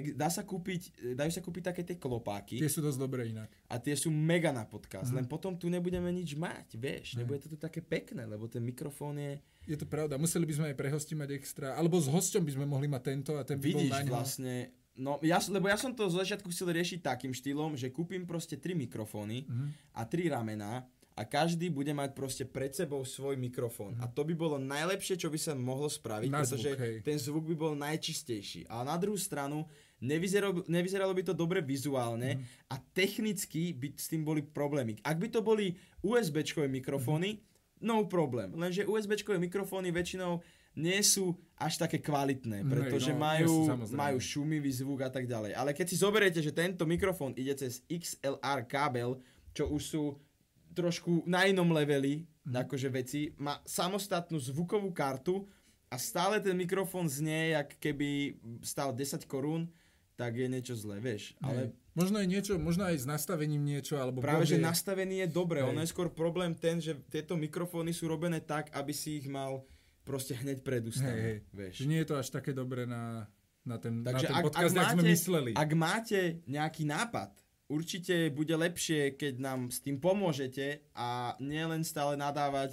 Dajú sa kúpiť také tie klopáky. Tie sú dosť dobré inak. A tie sú mega na podcast, len potom tu nebudeme nič mať, vieš. Nebude to tu také pekné, lebo ten mikrofón je... Je to pravda, museli by sme aj pre hosti mať extra, alebo s hosťom by sme mohli mať tento a ten by bol na ňo. Vlastne, no, lebo ja som to zo začiatku chcel riešiť takým štýlom, že kúpim proste 3 mikrofóny a 3 ramená a každý bude mať proste pred sebou svoj mikrofón. A to by bolo najlepšie, čo by sa mohlo spraviť, pretože ten zvuk by bol najčistejší. A na druhú stranu nevyzeralo by to dobre vizuálne a technicky by s tým boli problémy. Ak by to boli USB-čkové mikrofóny, no problém. Lenže USB-čkové mikrofóny väčšinou nie sú až také kvalitné, pretože majú šumivý zvuk a tak ďalej. Ale keď si zoberiete, že tento mikrofón ide cez XLR kábel, čo už sú trošku na inom leveli, akože veci, má samostatnú zvukovú kartu a stále ten mikrofón znie, jak keby stal 10 korún, tak je niečo zlé, vieš. Ale možno je niečo, možno aj s nastavením niečo, alebo... Práve, že nastavenie je dobré, ono je skôr problém ten, že tieto mikrofóny sú robené tak, aby si ich mal proste hneď pred ústami, vieš. Že nie je to až také dobré na ten podcast, jak sme mysleli. Ak máte nejaký nápad, určite bude lepšie, keď nám s tým pomôžete a nie len stále nadávať.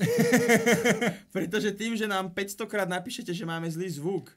Pretože tým, že nám 500 krát napíšete, že máme zlý zvuk,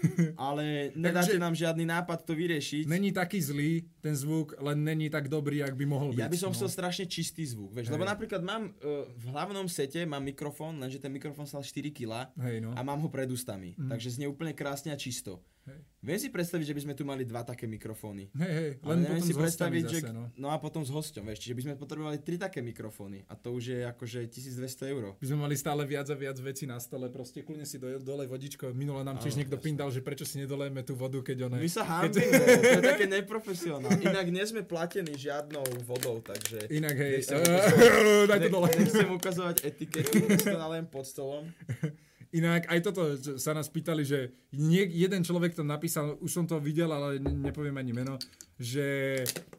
ale nedáte nám žiadny nápad to vyriešiť. Není taký zlý ten zvuk, len není tak dobrý, jak by mohol byť. Ja by som chcel strašne čistý zvuk, vieš, lebo napríklad mám v hlavnom sete mám mikrofón, lenže ten mikrofón stal 4 kg a mám ho pred ústami, takže znie úplne krásne a čisto. Viem si predstaviť, že by sme tu mali 2 také mikrofóny. Len potom si predstaviť, že no a potom s hosťom, vieš, čiže by sme potrebovali 3 také mikrofóny a to už je akože 1200 €. By sme mali stále viac a viac vecí na stole, proste kľudne si dole vodičko. Minule nám tiež niekto pindal, že prečo si nedolejeme tú vodu, keď My sa hambíme, to je také neprofesionálne. Inak nie sme platení žiadnou vodou, takže... Inak hej, daj to dole. Nechcem ukazovať etiketu, to nalejem pod stolom. Inak aj toto sa nás pýtali, že jeden človek to napísal, už som to videl, ale nepoviem ani meno, že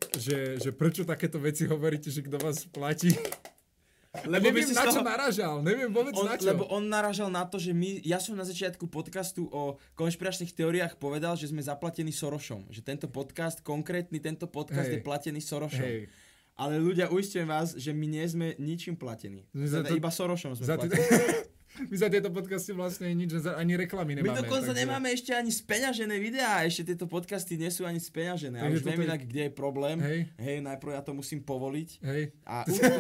prečo takéto veci hovoríte, že kto vás platí. Lebo neviem, na čo naražal, neviem vôbec na čo. Lebo on naražal na to, že ja som na začiatku podcastu o konšpiračných teóriách povedal, že sme zaplatení Sorošom. Že tento podcast je platený Sorošom. Ale ľudia, uistujem vás, že my nie sme ničím platení. Iba Sorošom sme platení. My za tieto podcasty vlastne nič, ani reklamy nemáme. My dokonca nemáme ešte ani speňažené videá, ešte tieto podcasty nie sú ani speňažené. A už viem inak, kde je problém. Hej, najprv ja to musím povoliť. A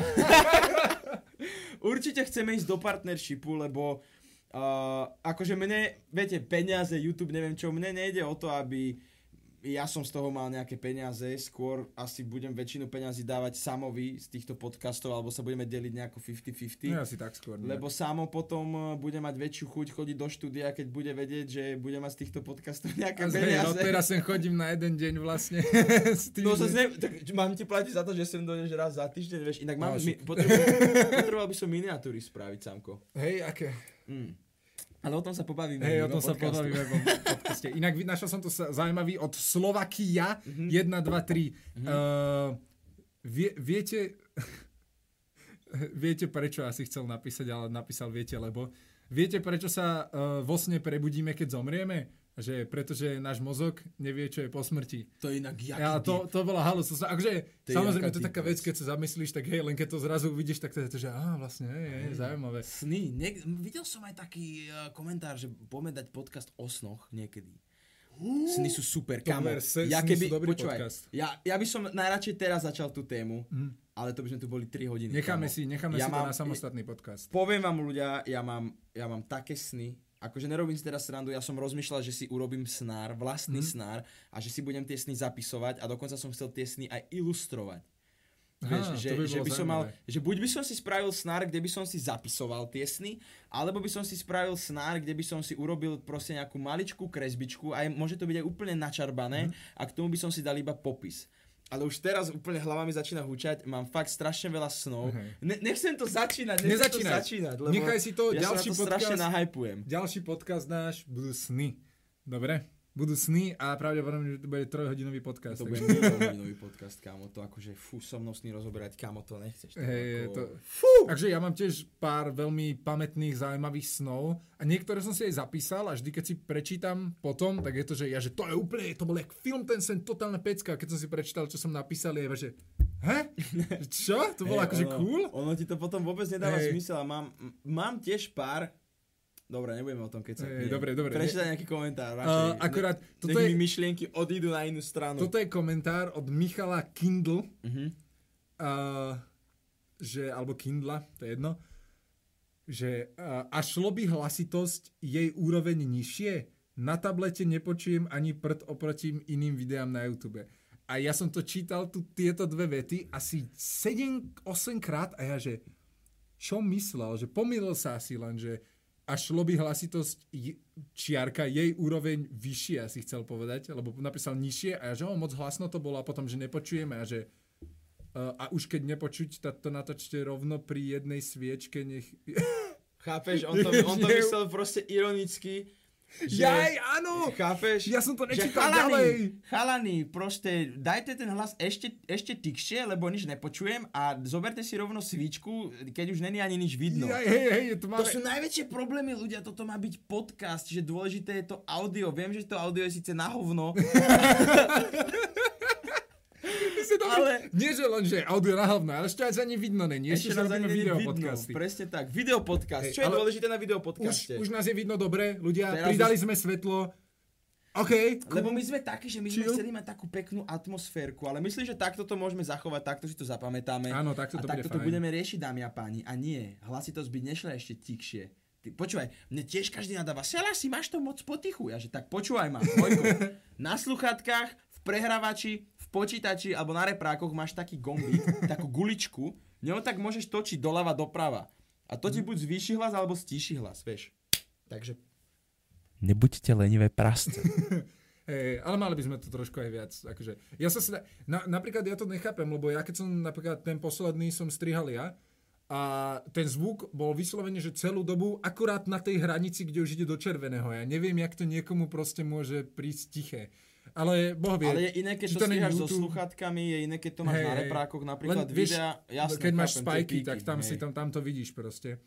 určite chceme ísť do partnershipu, lebo akože viete, peniaze, YouTube, neviem čo, mne nejde o to, aby ja som z toho mal nejaké peniaze, skôr asi budem väčšinu peňazí dávať Samovi z týchto podcastov, alebo sa budeme deliť nejako 50-50. No asi tak skôr. Nie. Lebo Samo potom bude mať väčšiu chuť chodiť do štúdia, keď bude vedieť, že bude mať z týchto podcastov nejaké peniaze. No teraz sem chodím na jeden deň vlastne. Tak mám ti platiť za to, že sem dojdeš raz za týždeň, vieš, inak potreboval by som miniatúry spraviť, Samko. Hej, aké? Ale o tom sa pobavíme. Hej, o tom sa pobavíme v podcaste. Inak našiel som to zaujímavý od Slovakia 1, 2, 3. Viete, prečo asi chcel napísať, ale napísal viete, lebo viete, prečo sa vo sne prebudíme, keď zomrieme? Že pretože náš mozog nevie, čo je po smrti. To je inak to bola halus. Akože, samozrejme, to je taká vec, keď sa zamyslíš, tak hej, len keď to zrazu uvidíš, tak to je to, že vlastne, je zaujímavé. Sny. Videl som aj taký komentár, že poďme dať podcast o snoch niekedy. Sny sú super, kamo. Sny sú dobrý podcast. Ja by som najradšej teraz začal tú tému, ale to by sme tu boli 3 hodiny. Necháme si to na samostatný podcast. Poviem vám ľudia, ja mám také sny. Akože nerobím si teraz srandu, ja som rozmýšľal, že si urobím snár, vlastný snár a že si budem tie sny zapisovať a dokonca som chcel tie sny aj ilustrovať. Vieš, že by som mal, že buď by som si spravil snár, kde by som si zapisoval tie sny, alebo by som si spravil snár, kde by som si urobil proste nejakú maličkú kresbičku a môže to byť aj úplne načarbané a k tomu by som si dal iba popis. Ale už teraz úplne hlava mi začína húčať, mám fakt strašne veľa snov. Okay. Nechcem to začínať, lebo nechaj si to, ja ďalší sa na to strašne nahajpujem. Ďalší podcast náš budú sny. Dobre? Budú sny a pravdepodobne, že to bude 3-hodinový podcast. To bude 0-hodinový podcast, kámo. To akože so mnou sny rozoberať, kámo, to nechceš. Takže ja mám tiež pár veľmi pamätných, zaujímavých snov a niektoré som si aj zapísal a vždy, keď si prečítam potom, tak je to, že to je úplne, to bol jak film, ten sen, totálna pecka. A keď som si prečítal, čo som napísal, je že čo? To bolo akože cool? Ono ti to potom vôbec nedáva zmysel a mám tiež pár. Dobre, nebudeme o tom kecať. Dobre. Prečítaj nejaký komentár. Akurát, nech mi myšlienky odídu na inú stranu. Toto je komentár od Michala Kindle. Alebo Kindla, to je jedno. Že a šlo by hlasitosť jej úroveň nižšie? Na tablete nepočujem ani prd oproti iným videám na YouTube. A ja som to čítal tieto dve vety asi 7-8 krát a ja že čo myslel? Že pomýlil sa asi len, že a šlo by hlasitosť čiarka jej úroveň vyššie, asi chcel povedať, lebo napísal nižšie a ja, že moc hlasno to bolo a potom, že nepočujeme a že a už keď nepočuť, to natočte rovno pri jednej sviečke, nech... Chápeš, on to myslel proste ironicky. Jaj, áno! Chápeš? Ja som to nečítal ďalej. Chalani, proste dajte ten hlas ešte tikšie, lebo nič nepočujem a zoberte si rovno svíčku, keď už není ani nič vidno. To sú najväčšie problémy, ľudia, toto má byť podcast, že dôležité je to audio. Viem, že to audio je síce na hovno. Ale nie, že len, že audio na hovno, ale ešte ani vidno není. Ešte sa robíme videopodcasty. Presne tak, videopodcast. Čo je dôležité na videopodcaste? Už nás je vidno dobre, ľudia, pridali sme svetlo. OK. Lebo my sme takí, že my sme chceli mať takú peknú atmosférku, ale myslím, že takto to môžeme zachovať, takto si to zapamätáme. Áno, takto to bude fajn. A takto to budeme riešiť, dámy a páni. A nie, hlasitosť by nešla ešte tikšie. Počúvaj, mne tiež každý nadáva, Selasi, máš to moc potichu. Ja že tak počúvaj ma, Vojko, na sluchátkach, v prehrávači, v počítači alebo na reprákoch máš taký gombík, takú guličku, ňou tak môžeš točiť doľava, doprava. A to ti buď zvýši hlas alebo stíši hlas, vieš. Takže nebuďte lenivé prasce. Ale mali by sme to trošku aj viac. Akože, ja sa napríklad ja to nechápem, lebo ja keď som napríklad ten posledný som strihal ja, a ten zvuk bol vyslovene, že celú dobu akurát na tej hranici, kde už ide do červeného. Ja neviem, jak to niekomu proste môže prísť tiché. Ale Boh vie. Ale je iné, keď to stíhaš so sluchátkami, je iné, keď to máš na reprákoch, napríklad videa. Jasné, keď máš spajky, tak tam to vidíš proste.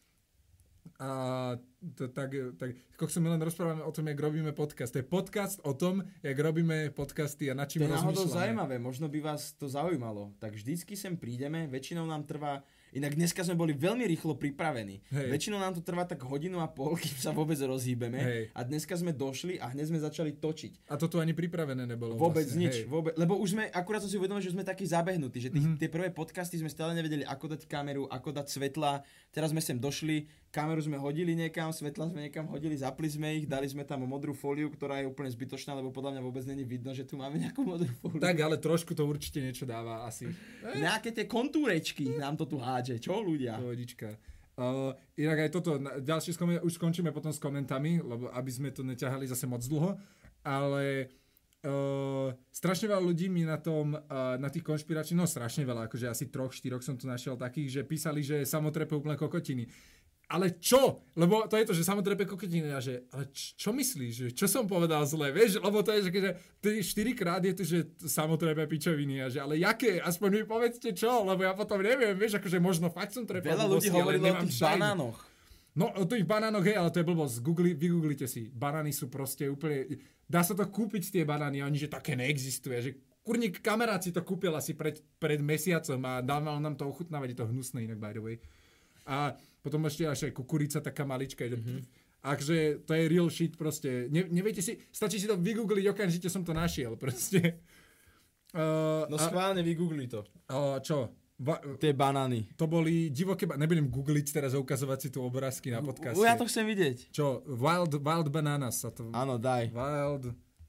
A tak my len rozprávame o tom, jak robíme podcast. To je podcast o tom, jak robíme podcasty a na čím rozmýšľame. To je náhodou zaujímavé, možno by vás to zaujímalo. Tak vždycky sem prídeme, väčšinou nám trvá. Inak dneska sme boli veľmi rýchlo pripravení. Väčšinou nám to trvá tak 1,5 hodiny, kým sa vôbec rozhýbeme. A dneska sme došli a hneď sme začali točiť. A to tu ani pripravené nebolo. Vôbec vlastne, nič. Vôbec, lebo už sme, akurát som si uvedomil, že sme takí zabehnutí, že tie prvé podcasty sme stále nevedeli, ako dať kameru, ako dať svetla. Teraz sme sem došli, kameru sme hodili niekam, svetla sme niekam hodili, zapli sme ich, dali sme tam modrú fóliu, ktorá je úplne zbytočná, lebo podľa mňa vôbec není vidno, že tu máme nejakú modrú fóliu. Tak, ale trošku to určite niečo dáva asi. Nejaké tie kontúrečky nám to tu hádže, čo ľudia? Pohodička. Inak aj toto, ďalšie už skončíme potom s komentami, lebo aby sme to neťahali zase moc dlho, ale strašne veľa ľudí mi na tých konšpiračných, no strašne veľa, akože asi 3-4 som tu našiel takých, že písali, že samotrepe úplne kokotiny. Ale čo? Lebo to je to, že samotrepe kokotiny a že, ale čo myslíš? Čo som povedal zle? Vieš, lebo to je, že 4 krát je to, že samotrepe pičoviny a že, ale jaké? Aspoň mi povedzte čo, lebo ja potom neviem, vieš, akože možno fakt som trepal. Veľa ľudí hovorilo o tých banánoch. No, o tých banánoch je, ale to je blbosť. Vygooglite si. Banány sú proste úplne, dá sa to kúpiť tie banány a oni, že také neexistuje, že kurník kamarát si to kúpil asi pred mesiacom a dával nám to ochutnávať, je to hnusné inak by the way. A potom ešte až aj kukurica taká malička. Akže to je real shit proste. Neviete si, stačí si to vygoogliť, okamžite som to našiel proste. Schválne vygoogli to. Čo? Tie banány. To boli divoké nebudem googliť teraz a ukazovať si tu obrázky na podcaste. Ja to chcem vidieť. Čo? Wild bananas sa to... Áno, daj. Wild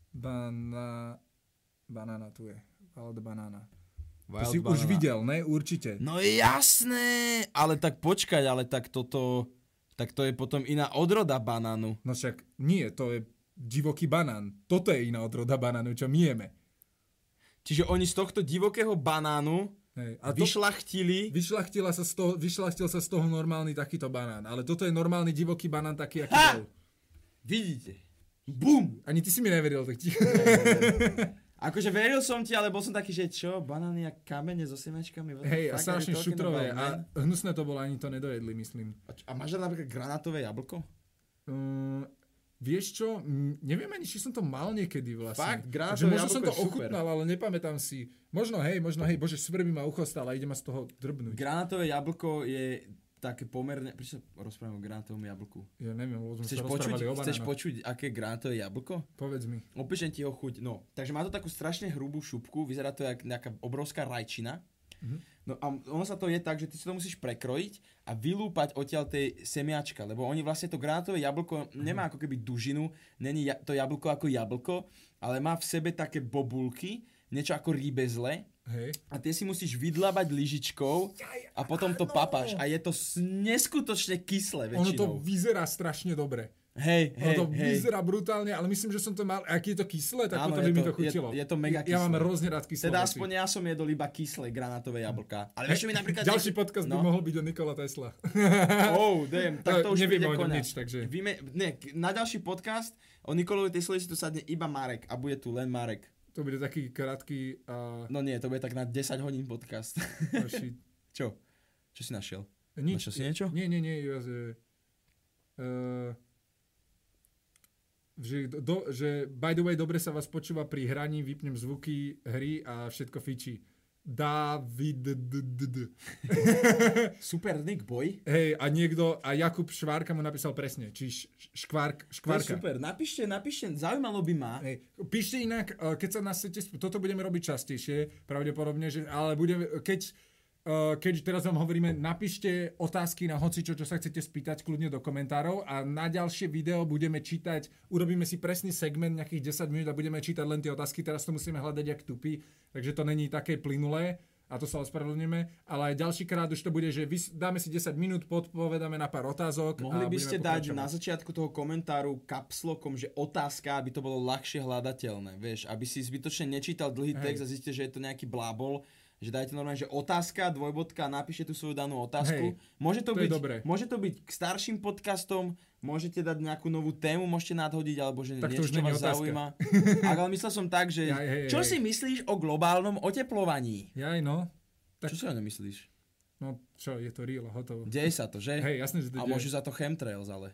banana tu je. Wild banana. To si už videl, ne? Určite. No jasné, ale tak počkať, ale tak toto... Tak to je potom iná odroda banánu. No však nie, to je divoký banán. Toto je iná odroda banánu, čo my jeme. Čiže oni z tohto divokého banánu vyšľachtil sa z toho normálny takýto banán. Ale toto je normálny divoký banán taký, aký bol. Vidíte. Bum! Ani ty si mi neveril, tak ti... Akože veril som ti, ale bol som taký, že čo, banány a kamene so semečkami. Hej, a strašne šutrové a hnusné to bolo, ani to nedojedli, myslím. A máš napríklad granátové jablko? Vieš čo, neviem ani, či som to mal niekedy vlastne. Fakt, granátové jablko som to super. ochutnal, ale nepamätám si. Možno hej, bože, svrbí ma ucho stále, ide ma z toho drbnúť. Granátové jablko je také pomerne... Prečo rozprávam o granátovom jablku? Ja neviem, lebo sme sa rozprávali o banánoch. Chceš počuť, aké je granátové jablko? Povedz mi. Opíšem ti ho chuť. No, takže má to takú strašne hrubú šupku, vyzerá to jak nejaká obrovská rajčina. No a ono sa to je tak, že ty si to musíš prekrojiť a vylúpať odtiaľ tej semiačka, lebo oni vlastne to granátové jablko nemá ako keby dužinu, není to jablko ako jablko, ale má v sebe také bobulky, niečo ako rýbezle. Hej. A ty si musíš vydlabať lyžičkou a potom to papáš a je to neskutočne kyslé väčšinou. Ono to vyzerá strašne dobre. Hej. Vyzerá brutálne, ale myslím, že som to mal, ak je to kyslé, tak áno, potom by mi to chutilo. Je to mega kyslé. Ja mám hrozne rád kyslé. Teda aspoň ja som jedol iba kyslé granátové jablká. Ale vieš, čo mi napríklad... Ďalší podcast by mohol byť o Nikola Tesla. Oh, damn, tak to už neviem bude o ňom koniec. nič, takže... Na ďalší podcast o Nikolovi Teslovi si tu sadne iba Marek a bude tu len Marek. To bude taký krátky... No nie, to bude tak na 10 hodín podcast. Čo? Čo si našiel? Nič. Našiel si niečo? Nie. Že by the way, dobre sa vás počúva pri hraní, vypnem zvuky hry a všetko fičí. David. Super Nick Boy. Hej, a Jakub Švárka mu napísal presne. Či Škvárka. To je super, napíšte, zaujímalo by ma. Hej. Píšte inak, keď sa nás chcete... Toto budeme robiť častejšie, pravdepodobne, ale budeme... Keď teraz vám hovoríme, napíšte otázky na hocičo, čo sa chcete spýtať kľudne do komentárov a na ďalšie video budeme čítať, urobíme si presný segment nejakých 10 minút a budeme čítať len tie otázky, teraz to musíme hľadať jak tupí, takže to není také plynulé a to sa ospravedlňujeme, ale aj ďalší krát už to bude, že dáme si 10 minút, podpovedáme na pár otázok. Mohli by ste dať na začiatku toho komentáru kapslokom, že otázka, aby to bolo ľahšie hľadateľné, vieš, aby si zbytočne nečítal dlhý text a zistíte, že je to nejaký blábol. Že dajte normálne, že otázka, dvojbodka, napíšte tú svoju danú otázku. Hej, môže to byť k starším podcastom, môžete dať nejakú novú tému, môžete nadhodiť, alebo že tak niečo, čo vás zaujíma. Ale myslel som tak, že čo si myslíš o globálnom oteplovaní? No. Tak... Čo si o ňom myslíš? No čo, je to real, hotovo. Deje sa to, že? Hej, jasne, že to deje. A môžu za to chemtrails, ale.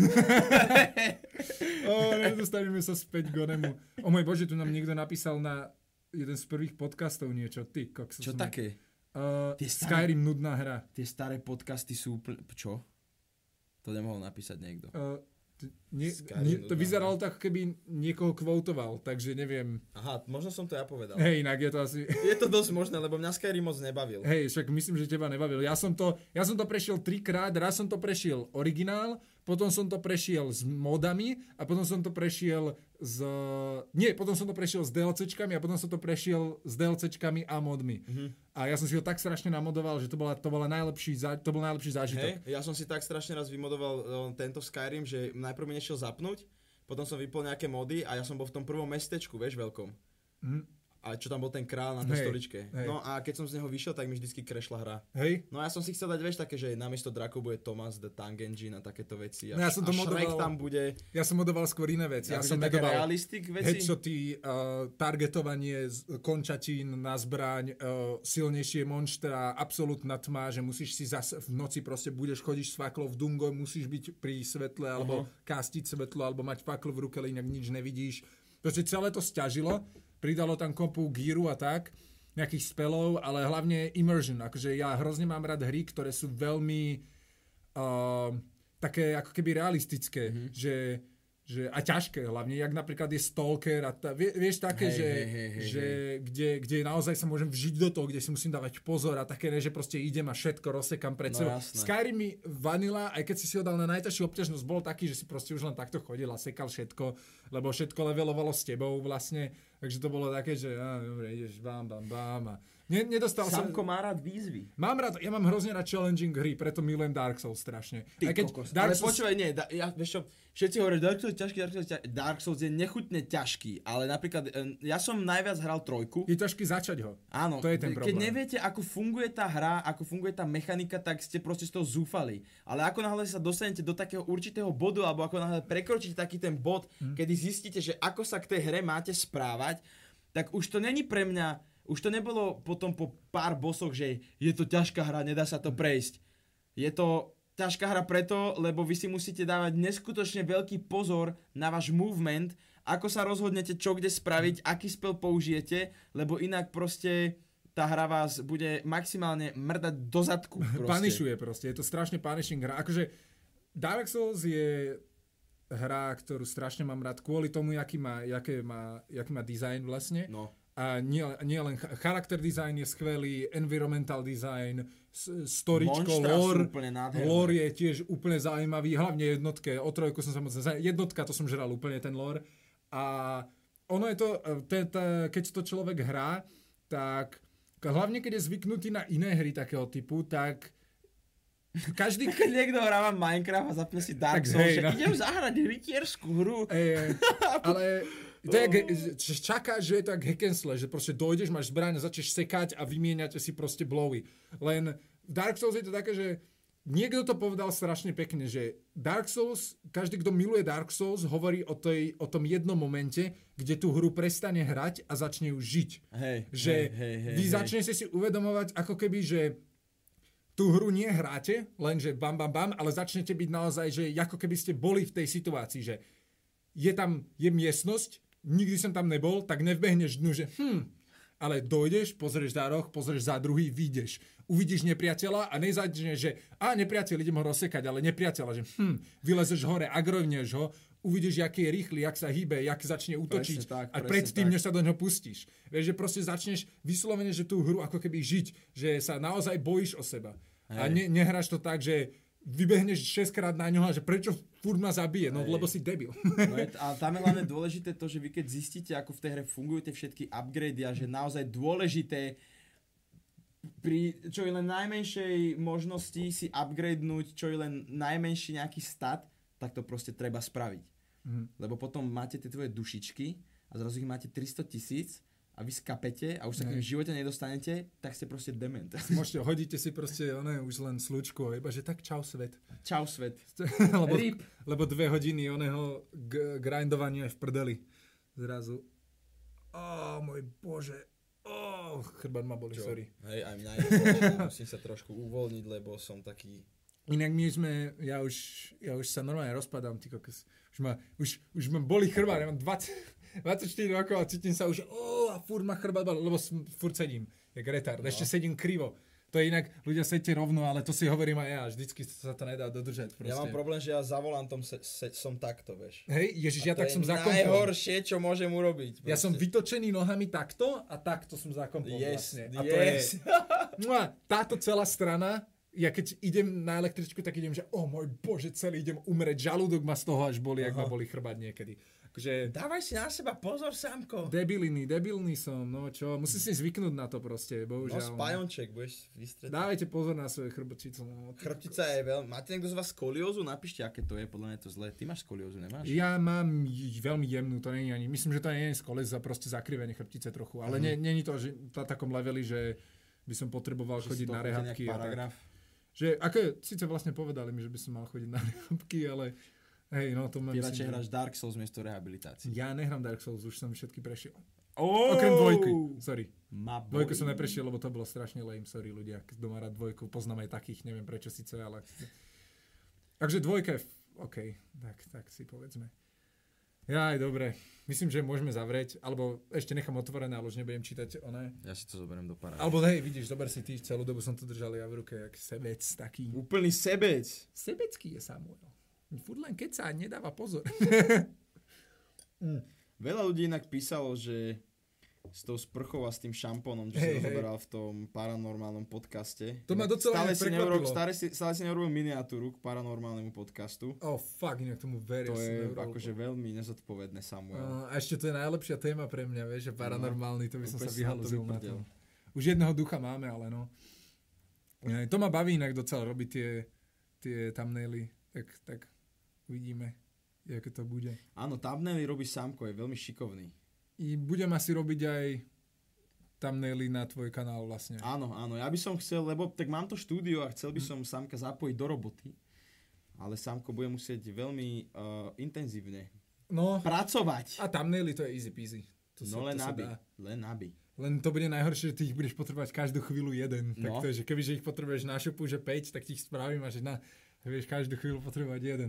Nedostaneme sa späť k onemu. O môj Bože, tu nám niekto napísal na jeden z prvých podcastov niečo. Ty, čo také? Skyrim nudná hra. Tie staré podcasty sú úplne... Čo? To nemohol napísať niekto. To vyzeralo tak, keby niekoho kvótoval, takže neviem. Aha, možno som to ja povedal. Hej, inak je to asi... Je to dosť možné, lebo mňa Skyrim moc nebavil. Hej, však myslím, že teba nebavil. Ja som to prešiel 3-krát, raz som to prešiel originál, potom som to prešiel s modami a potom som to prešiel potom som to prešiel s DLCčkami a potom som to prešiel s DLCčkami a modmi. A ja som si ho tak strašne namodoval, že to bol najlepší zážitok. Hej, ja som si tak strašne raz vymodoval tento Skyrim, že najprv mi nešiel zapnúť, potom som vypol nejaké mody a ja som bol v tom prvom mestečku, vieš, veľkom. A čo tam bol ten král na tej stoličke. Hej. No a keď som z neho vyšiel, tak mi vždycky crashla hra. Hej. No a ja som si chcel dať, vieš, také, že namiesto drakov bude Thomas the Tank Engine a takéto veci. No ja som to modoval, tam bude... Ja som modoval skôr iné veci. Ja som modoval realistik veci. Headshoty, targetovanie končatín na zbraň, silnejšie monštra, absolútna tma, že musíš si zase v noci proste chodíš s faklou v dungo, musíš byť pri svetle, alebo kástiť svetlo, alebo mať fakl v ruke, inak nič nevidíš. Proste celé to sťažilo. Pridalo tam kopu gíru a tak, nejakých spelov, ale hlavne immersion. Akože ja hrozne mám rád hry, ktoré sú veľmi také ako keby realistické, že a ťažké hlavne, jak napríklad je Stalker a vieš také, kde naozaj sa môžem vžiť do toho, kde si musím dávať pozor a také, že proste idem a všetko rozsekam pred sebou. Skyrim Vanilla, aj keď si ho dal na najťažšiu obťažnosť, bol taký, že si proste už len takto chodil a sekal všetko, lebo všetko levelovalo s tebou vlastne. Takže to bolo také, že dobre, ideš bam, bam, bam a nedostal som... Samko má rád výzvy. Ja mám hrozne rád challenging hry, preto milujem Dark Souls strašne. Ty kokos. Ale počúvaj, nie, vieš čo, všetci hovoria, Dark Souls je ťažký, Dark Souls je nechutne ťažký, ale napríklad, ja som najviac hral 3. Je ťažký začať ho. Áno, to je ten problém. Keď neviete, ako funguje tá hra, ako funguje tá mechanika, tak ste proste z toho zúfali. Ale ako náhle sa dostanete do takého určitého bodu, alebo ako náhle prekročíte taký ten bod, kedy zistíte, že ako sa k tej hre máte správať, tak už to není pre mňa. Už to nebolo potom po pár bossoch, že je to ťažká hra, nedá sa to prejsť. Je to ťažká hra preto, lebo vy si musíte dávať neskutočne veľký pozor na váš movement, ako sa rozhodnete, čo kde spraviť, aký spell použijete, lebo inak proste tá hra vás bude maximálne mrdať do zadku. Punishuje proste, je to strašne punishing hra. Akože Dark Souls je hra, ktorú strašne mám rád kvôli tomu, aký má design vlastne. No. A nie len charakter design je skvelý, environmental design, storičko, lore je tiež úplne zaujímavý, hlavne jednotke, o 3 som sa moc jednotka, to som žral úplne ten lore. A ono je to, keď to človek hrá, tak hlavne keď je zvyknutý na iné hry takého typu, tak každý... Keď niekto hráva Minecraft a zapne si Dark Souls, že idem zahrať rytierskú hru. Ale... čaká, že je to hack and slash, že proste dojdeš, máš zbraň, začneš sekať a vymieňate si proste blowy. Len v Dark Souls je to také, že niekto to povedal strašne pekne, že Dark Souls, každý, kto miluje Dark Souls, hovorí o tom jednom momente, kde tú hru prestane hrať a začne ju žiť. Vy začnete si uvedomovať, ako keby, že tú hru nie hráte, len že bam, bam, bam, ale začnete byť naozaj, že ako keby ste boli v tej situácii, že je miestnosť, nikdy som tam nebol, tak nevbehneš dnu, že ale dojdeš, pozrieš za roh, pozrieš za druhý, vyjdeš. Uvidíš nepriateľa a nezačneš, že nepriateľ, idem ho rozsekať, ale nepriateľa, že vylezeš hore, agrovneš ho, uvidíš, aký je rýchly, jak sa hýbe, jak začne útočiť a predtým, než sa do ňoho pustíš. Vieš, že proste začneš vyslovene, že tú hru ako keby žiť, že sa naozaj bojíš o seba. A nehráš to tak, že vybehneš 6-krát na ňoho a že prečo furt ma zabije, lebo si debil. A tam je hlavne dôležité to, že vy keď zistíte, ako v tej hre fungujú tie všetky upgrady a že naozaj dôležité pri čo je len najmenšej možnosti si upgradenúť, čo je len najmenší nejaký stat, tak to proste treba spraviť. Lebo potom máte tie tvoje dušičky a zrazu ich máte 300 000 a vy skapete a už sa k v živote nedostanete, tak ste proste dement. Hodíte si proste už len slučku, iba že tak čau svet. Čau svet. lebo 2 hodiny oného grindovania je v prdeli. Zrazu. Môj Bože. Chrbát ma boli, sorry. Hej, aj mňa musím sa trošku uvoľniť, lebo som taký... Inak ja už sa normálne rozpadám, ty kokos. Už ma boli chrbát, ja mám 24 rokov a cítim sa už, a furt ma chrbát bol, lebo furt sedím, jak retard, ešte sedím krivo. To je inak, ľudia sedíte rovno, ale to si hovorím aj ja, vždycky sa to nedá dodržať. Proste. Ja mám problém, že ja za volantom som takto, vieš. Hej, Ježiš, ja tak som za kompom. To je najhoršie, čo môžem urobiť. Proste. Ja som vytočený nohami takto a takto som za kompom vlastne. A to je, táto celá strana, ja keď idem na električku, tak idem, že môj Bože, celý idem umrieť, žalúdok ma z toho až boli, jak ma boli chrbať niekedy. Takže, dávaj si na seba pozor, Samko. Debilný som, no čo, musíš si zvyknúť na to proste, bohužiaľ. No spájonček, budeš vystretať. Dávajte pozor na svoje chrbtice. No, chrbtica je veľmi, máte niekto z vás skoliózu? Napíšte, aké to je, podľa mňa je to zlé. Ty máš skoliózu, nemáš? Ja mám veľmi jemnú, to nie je ani, myslím, že to nie je skolióza, proste zakrivenie chrbtice trochu, ale není to že na takom leveli, že by som potreboval chodiť na rehabky. Že, síce vlastne povedali mi, že by som mal chodiť na rehabky, ale hej, no to mám... Ty radšej hráš Dark Souls miesto rehabilitácie. Ja nehrám Dark Souls, už som všetky prešiel. Okrem 2, sorry. 2 som neprešiel, lebo to bolo strašne lame, sorry ľudia. Kto má rád 2, poznám aj takých, neviem prečo síce, ale... Takže 2 je... OK, tak si povedzme. Jaj, dobre. Myslím, že môžeme zavrieť, alebo ešte nechám otvorené, ale už nebudem čítať oné. Ja si to zoberiem do parády. Alebo hej, vidíš, zober si ty, celú dobu som to držal ja v ruke, jak sebec taký. Úplný sebec. Sebecký je Samuel. Furt len keď sa nedáva pozor. Veľa ľudí inak písalo, že s tou sprchou a s tým šampónom, čo si rozoberal v tom paranormálnom podcaste. To ma docela prekvapilo. Stále si neurobil miniatúru k paranormálnemu podcastu. Oh fuck, inak tomu verím. To je akože veľmi nezodpovedné, Samuel. A ešte to je najlepšia téma pre mňa, vieš, že paranormálny, to by som sa vyhalozil na to. Už jedného ducha máme, ale no. To ma baví inak docela robiť tie thumbnaily, tak uvidíme, aké to bude. Áno, thumbnaily robí Samko, je veľmi šikovný. I budem asi robiť aj thumbnaily na tvoj kanál vlastne. Áno, ja by som chcel, lebo tak mám to štúdio a chcel by som Samka zapojiť do roboty, ale Samko bude musieť veľmi intenzívne pracovať. A thumbnaily to je easy peasy. Len aby. Len to bude najhoršie, že ty ich budeš potrebovať každú chvíľu jeden. Tak to je, že kebyže ich potrebuješ na šupu, že 5, tak ti ich spravím a že budeš každú chvíľu potrebovať jeden.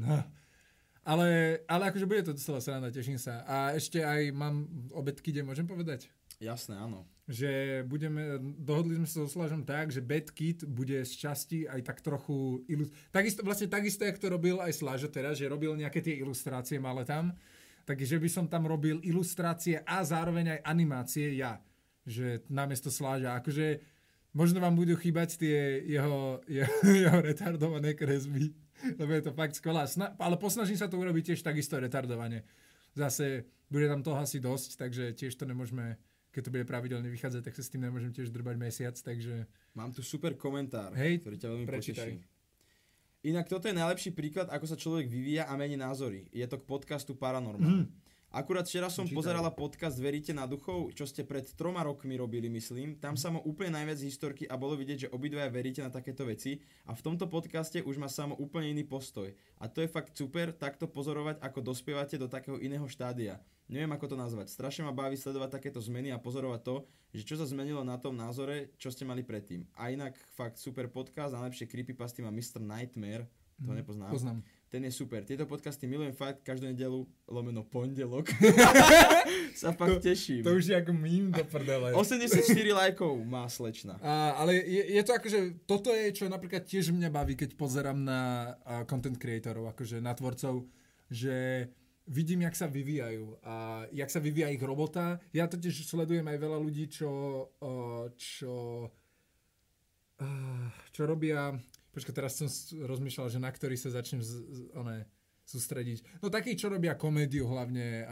Ale akože bude to docela sranda, teším sa. A ešte aj mám obedky, kde môžem povedať? Jasné, áno. Že dohodli sme sa so Slažom tak, že BadKit bude z časti aj tak trochu takisto, jak to robil aj Slažo teraz, že robil nejaké tie ilustrácie malé tam. Takže by som tam robil ilustrácie a zároveň aj animácie ja. Že namiesto Slaža. Akože možno vám budú chýbať tie jeho retardované kresby. Lebo je to fakt skvelá. Ale posnažím sa to urobiť tiež takisto retardovane. Zase bude tam toho asi dosť, takže tiež to nemôžeme, keď to bude pravidelne vychádzať, tak sa s tým nemôžem tiež drbať mesiac, takže... Mám tu super komentár, ktorý ťa veľmi poteší. Inak toto je najlepší príklad, ako sa človek vyvíja a mení názory. Je to k podcastu Paranormal. Akurát včera som pozerala podcast Veríte na duchov, čo ste pred 3 rokmi robili, myslím. Tam Samo úplne najviac historky a bolo vidieť, že obidvaja veríte na takéto veci. A v tomto podcaste už má Samo úplne iný postoj. A to je fakt super, takto pozorovať, ako dospievate do takého iného štádia. Neviem, ako to nazvať. Strašne ma baví sledovať takéto zmeny a pozorovať to, že čo sa zmenilo na tom názore, čo ste mali predtým. A inak fakt super podcast, najlepšie creepypasty má Mr. Nightmare. To nepoznám. Poznám. Ten je super. Tieto podcasty milujem fakt každú nedeľu, pondelok. Sa fakt teším. To už je ako mím do prdele. 84 lajkov má slečna. Ale je to akože, toto je, čo napríklad tiež mňa baví, keď pozerám na content creatorov, akože na tvorcov, že vidím, jak sa vyvíjajú a jak sa vyvíja ich robota. Ja totiž sledujem aj veľa ľudí, čo robia... Počkaj, teraz som rozmýšľal, že na ktorý sa začnem sústrediť. No takí, čo robia komédiu hlavne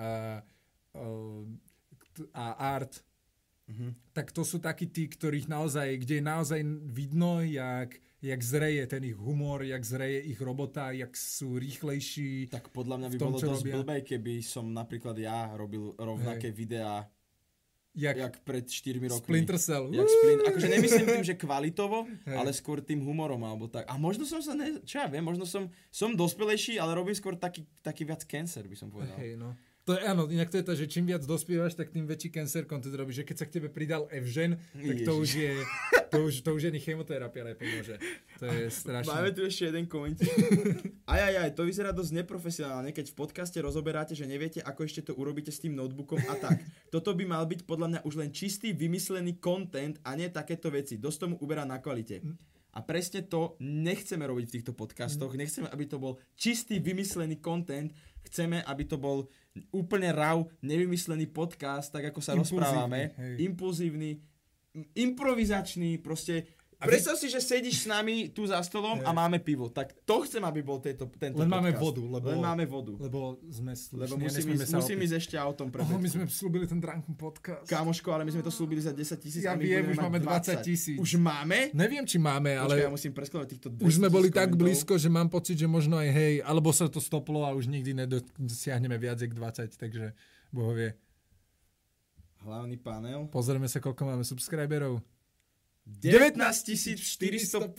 a art. Tak to sú takí tí, ktorých naozaj, kde je naozaj vidno, jak zreje ten ich humor, jak zreje ich robota, jak sú rýchlejší. Tak podľa mňa by bolo dosť blbé, keby som napríklad ja robil rovnaké videá jak pred 4 rokmi. Splinter Cell. Akože nemyslím tým, že kvalitovo, ale skôr tým humorom, alebo tak. A možno som sa, čo ja viem, možno som dospelejší, ale robím skôr taký viac cancer, by som povedal. No. To je, áno, inak to je to, že čím viac dospievaš, tak tým väčší cancer content robíš. Že keď sa k tebe pridal Evžen, tak to už ani chemoterapia nepomôže. To je strašné. Máme tu ešte jeden koment. To vyzerá dosť neprofesionálne, keď v podcaste rozoberáte, že neviete, ako ešte to urobíte s tým notebookom a tak. Toto by mal byť podľa mňa už len čistý vymyslený content a nie takéto veci. Dosť tomu uberá na kvalite. A presne to nechceme robiť v týchto podcastoch. Nechceme, aby to bol čistý vymyslený content. Chceme, aby to bol úplne raw, nevymyslený podcast, tak ako sa rozprávame. Impulzívny, improvizačný, proste... Predstav si, že sedíš s nami tu za stolom a máme pivo. Tak to chcem, aby bol tento podcast. Len máme vodu. Len máme vodu. Lebo sme slušní. Lebo musím ísť ešte autom pre my sme slúbili ten Drunken podcast. Kamoško, ale my sme to slúbili za 10 000. Ja viem, už máme 20 000. Už máme? Neviem, či máme, ale... Počkaj, ja musím preskladať týchto 200 už sme boli tak blízko, že mám pocit, že možno aj alebo sa to stoplo a už nikdy nedosiahneme viac jak 20, takže Boh vie. Hlavný panel. Pozrieme sa, koľko máme subscriberov. 19 457.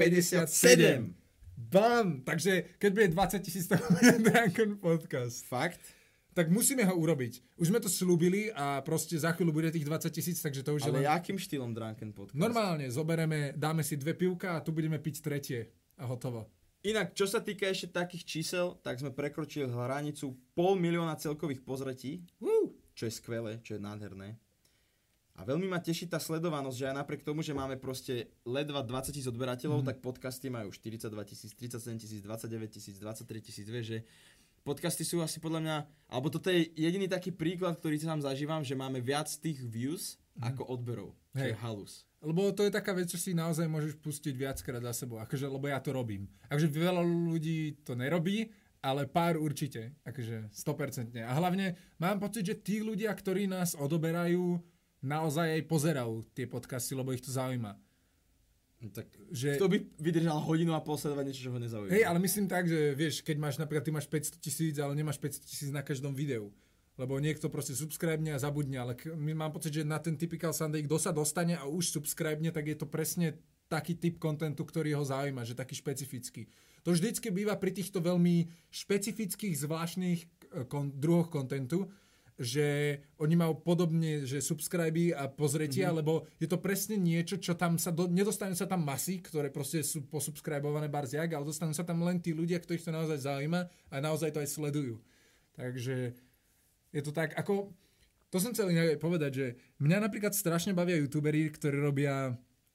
Bam! Takže keď bude 20 000, to bude Drunken podcast. Fakt? Tak musíme ho urobiť. Už sme to slúbili a proste za chvíľu bude tých 20 000, takže to už ale jakým štýlom Drunken podcast? Normálne, dáme si 2 pivka a tu budeme piť tretie a hotovo. Inak, čo sa týka ešte takých čísel, tak sme prekročili hranicu 500 000 celkových pozretí, čo je skvelé, čo je nádherné. A veľmi ma teší tá sledovanosť, že aj napriek tomu, že máme proste ledva 20 000 odberateľov, tak podcasty majú 42 000, 37 000, 29 000, 23 000, vieš, že podcasty sú asi podľa mňa, alebo toto je jediný taký príklad, ktorý sám zažívam, že máme viac tých views ako odberov. Čo je halus. Lebo to je taká vec, čo si naozaj môžeš pustiť viackrát za sebou, akože, lebo ja to robím. Akože veľa ľudí to nerobí, ale pár určite, akože 100%. A hlavne mám pocit, že tí ľudia, ktorí nás odoberajú, naozaj aj pozerajú tie podcasty, lebo ich to zaujíma. Tak že... Kto by vydržal hodinu a pol sledovať niečo, čo ho nezaujíma? Hej, ale myslím tak, že vieš, keď máš napríklad, ty máš 500 000, ale nemáš 500 000 na každom videu. Lebo niekto proste subscribne a zabudne, ale mám pocit, že na ten Typical Sunday, kto sa dostane a už subscribene, tak je to presne taký typ kontentu, ktorý ho zaujíma, že taký špecifický. To vždycky býva pri týchto veľmi špecifických, zvláštnych druhoch kontentu, že oni majú podobne, že subscriby a pozretia, lebo je to presne niečo, čo tam sa nedostanú sa tam masy, ktoré proste sú posubscribované barziak, ale dostanú sa tam len tí ľudia, ktorých to naozaj zaujíma a naozaj to aj sledujú. Takže je to tak, ako to som chcel povedať, že mňa napríklad strašne bavia youtuberi, ktorí robia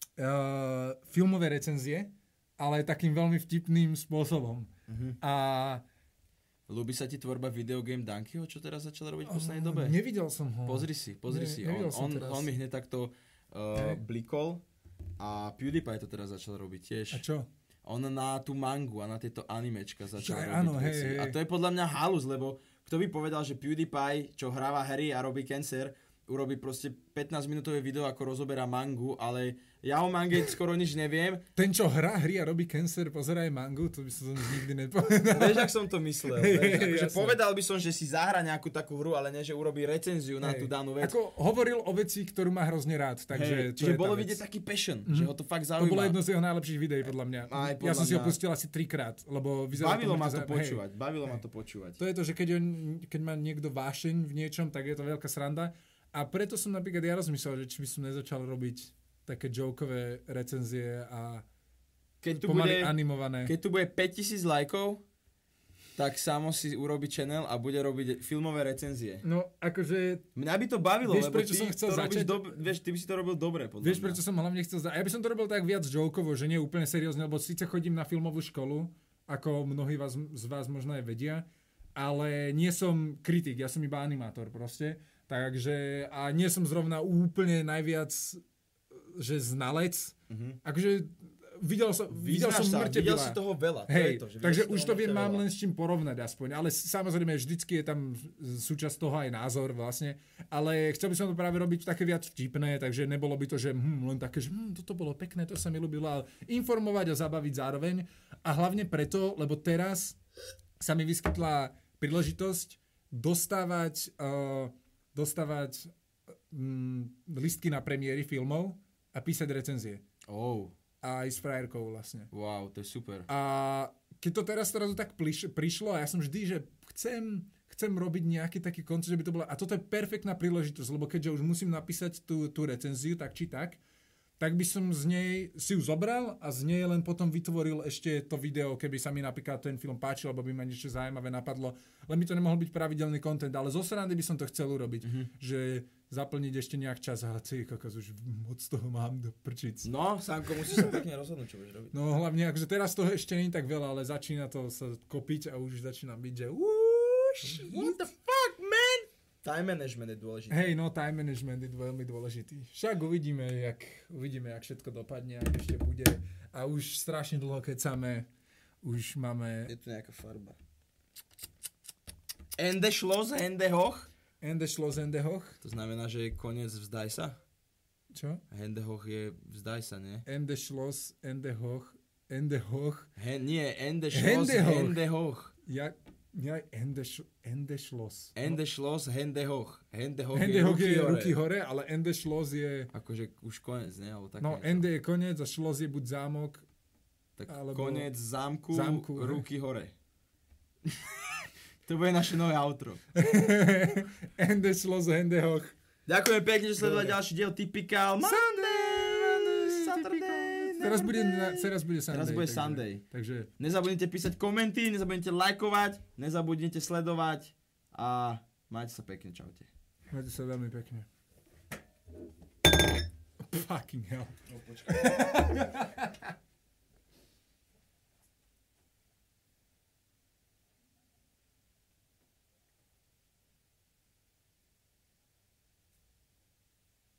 filmové recenzie, ale takým veľmi vtipným spôsobom. A ľúbi sa ti tvorba videogame Dankyho, čo teraz začal robiť v poslednej dobe? Nevidel som ho. Pozri si. On mi hneď takto blikol a PewDiePie to teraz začal robiť tiež. A čo? On na tú mangu a na tieto animečka začal robiť áno, veci. A to je podľa mňa halus, lebo kto by povedal, že PewDiePie, čo hráva hry a robí Cancer, urobí proste 15-minútové video, ako rozoberá mangu, ale ja o mange skoro nič neviem. Ten, čo hrá hry a robí Cancer, pozerá aj mangu, to by som nikdy nepovedal. Vieš, ak som to myslel. Akože povedal by som, že si zahra nejakú takú hru, ale nie, že urobí recenziu na tú danú vec. Ako hovoril o veci, ktorú má hrozne rád. Takže čiže bolo vidieť taký passion, že ho to fakt zaujíma. To bolo jedno z jeho najlepších videí, podľa mňa. Ja som si ho pustil asi 3-krát, lebo bavilo ma to počúvať. Bavilo ma to počúvať. To je to, že keď má niekto vášeň v niečom, tak je to veľká sranda. A preto som napríklad ja rozmyslel, že či by som nezačal robiť také jokové recenzie a pomaly animované. Keď tu bude 5000 lajkov, tak Samo si urobí channel a bude robiť filmové recenzie. No, akože... Mňa by to bavilo, vieš, lebo prečo som chcel začať? Vieš, ty by si to robil dobre, podľa Vieš, prečo som hlavne chcel začať? Ja by som to robil tak viac jokovo, že nie úplne seriózne, lebo síce chodím na filmovú školu, ako mnohí z vás možno aj vedia, ale nie som kritik, ja som iba animátor proste. Takže, a nie som zrovna úplne najviac, že znalec. Akože videl som mŕte videl si toho veľa. Hej, to je to, takže už to viem, mám len s čím porovnať aspoň. Ale samozrejme, vždycky je tam súčasť toho aj názor vlastne. Ale chcel by som to práve robiť také viac vtipné, takže nebolo by to, že len také, že toto bolo pekné, to sa mi ľúbilo. Ale informovať a zabaviť zároveň. A hlavne preto, lebo teraz sa mi vyskytla príležitosť dostávať listky na premiéry filmov a písať recenzie. A aj s frajerkou vlastne. Wow, to je super. A keď to teraz tak prišlo a ja som vždy, že chcem robiť nejaký taký koncept, že by to bola... A toto je perfektná príležitosť, lebo keďže už musím napísať tú recenziu, tak či tak by som z nej si ju zobral a z nej len potom vytvoril ešte to video, keby sa mi napríklad ten film páčil, alebo by ma niečo zaujímavé napadlo. Len by to nemohol byť pravidelný content, ale zo srandy by som to chcel urobiť. Že zaplniť ešte nejak čas a ty kokos, už moc toho mám do prčic. No, Sámko, musíš sa pekne rozhodnúť, čo budeš robiť. No hlavne, akože teraz toho ešte nie je tak veľa, ale začína to sa kopiť a už začína byť, že what the fuck, man? Time management je dôležitý. Hej, no time management je veľmi dôležitý. Však uvidíme, jak všetko dopadne, ak ešte bude. A už strašne dlho kecáme, už máme... Je tu nejaká farba. Ende Schloss, Ende Hoch. Ende Schloss, Ende Hoch. To znamená, že je koniec vzdaj sa? Čo? Ende Hoch je vzdaj sa, nie? Ende Schloss, Ende Hoch. Ende Hoch. Nie, Ende Schloss, Ende Hoch. Ja, Ende Schloss. Ende Schloss, Hände hoch. Hände hoch je ruky hore, ale Ende Schloss je... Akože už koniec, ne? No, Ende je koniec a Schloss je buď zámok, tak alebo... koniec zámku ruky hore. To bude naše nové outro. Ende Schloss, Hände hoch. Ďakujem pekne, že sledovali ďalší diel Typical Monday, Saturday. Teraz bude Sunday. Teraz bude Sunday. Takže nezabudnite písať komenty, nezabudnite lajkovať, nezabudnite sledovať a majte sa pekne, čaute. Majte sa veľmi pekne. Fucking hell. No, počkaj.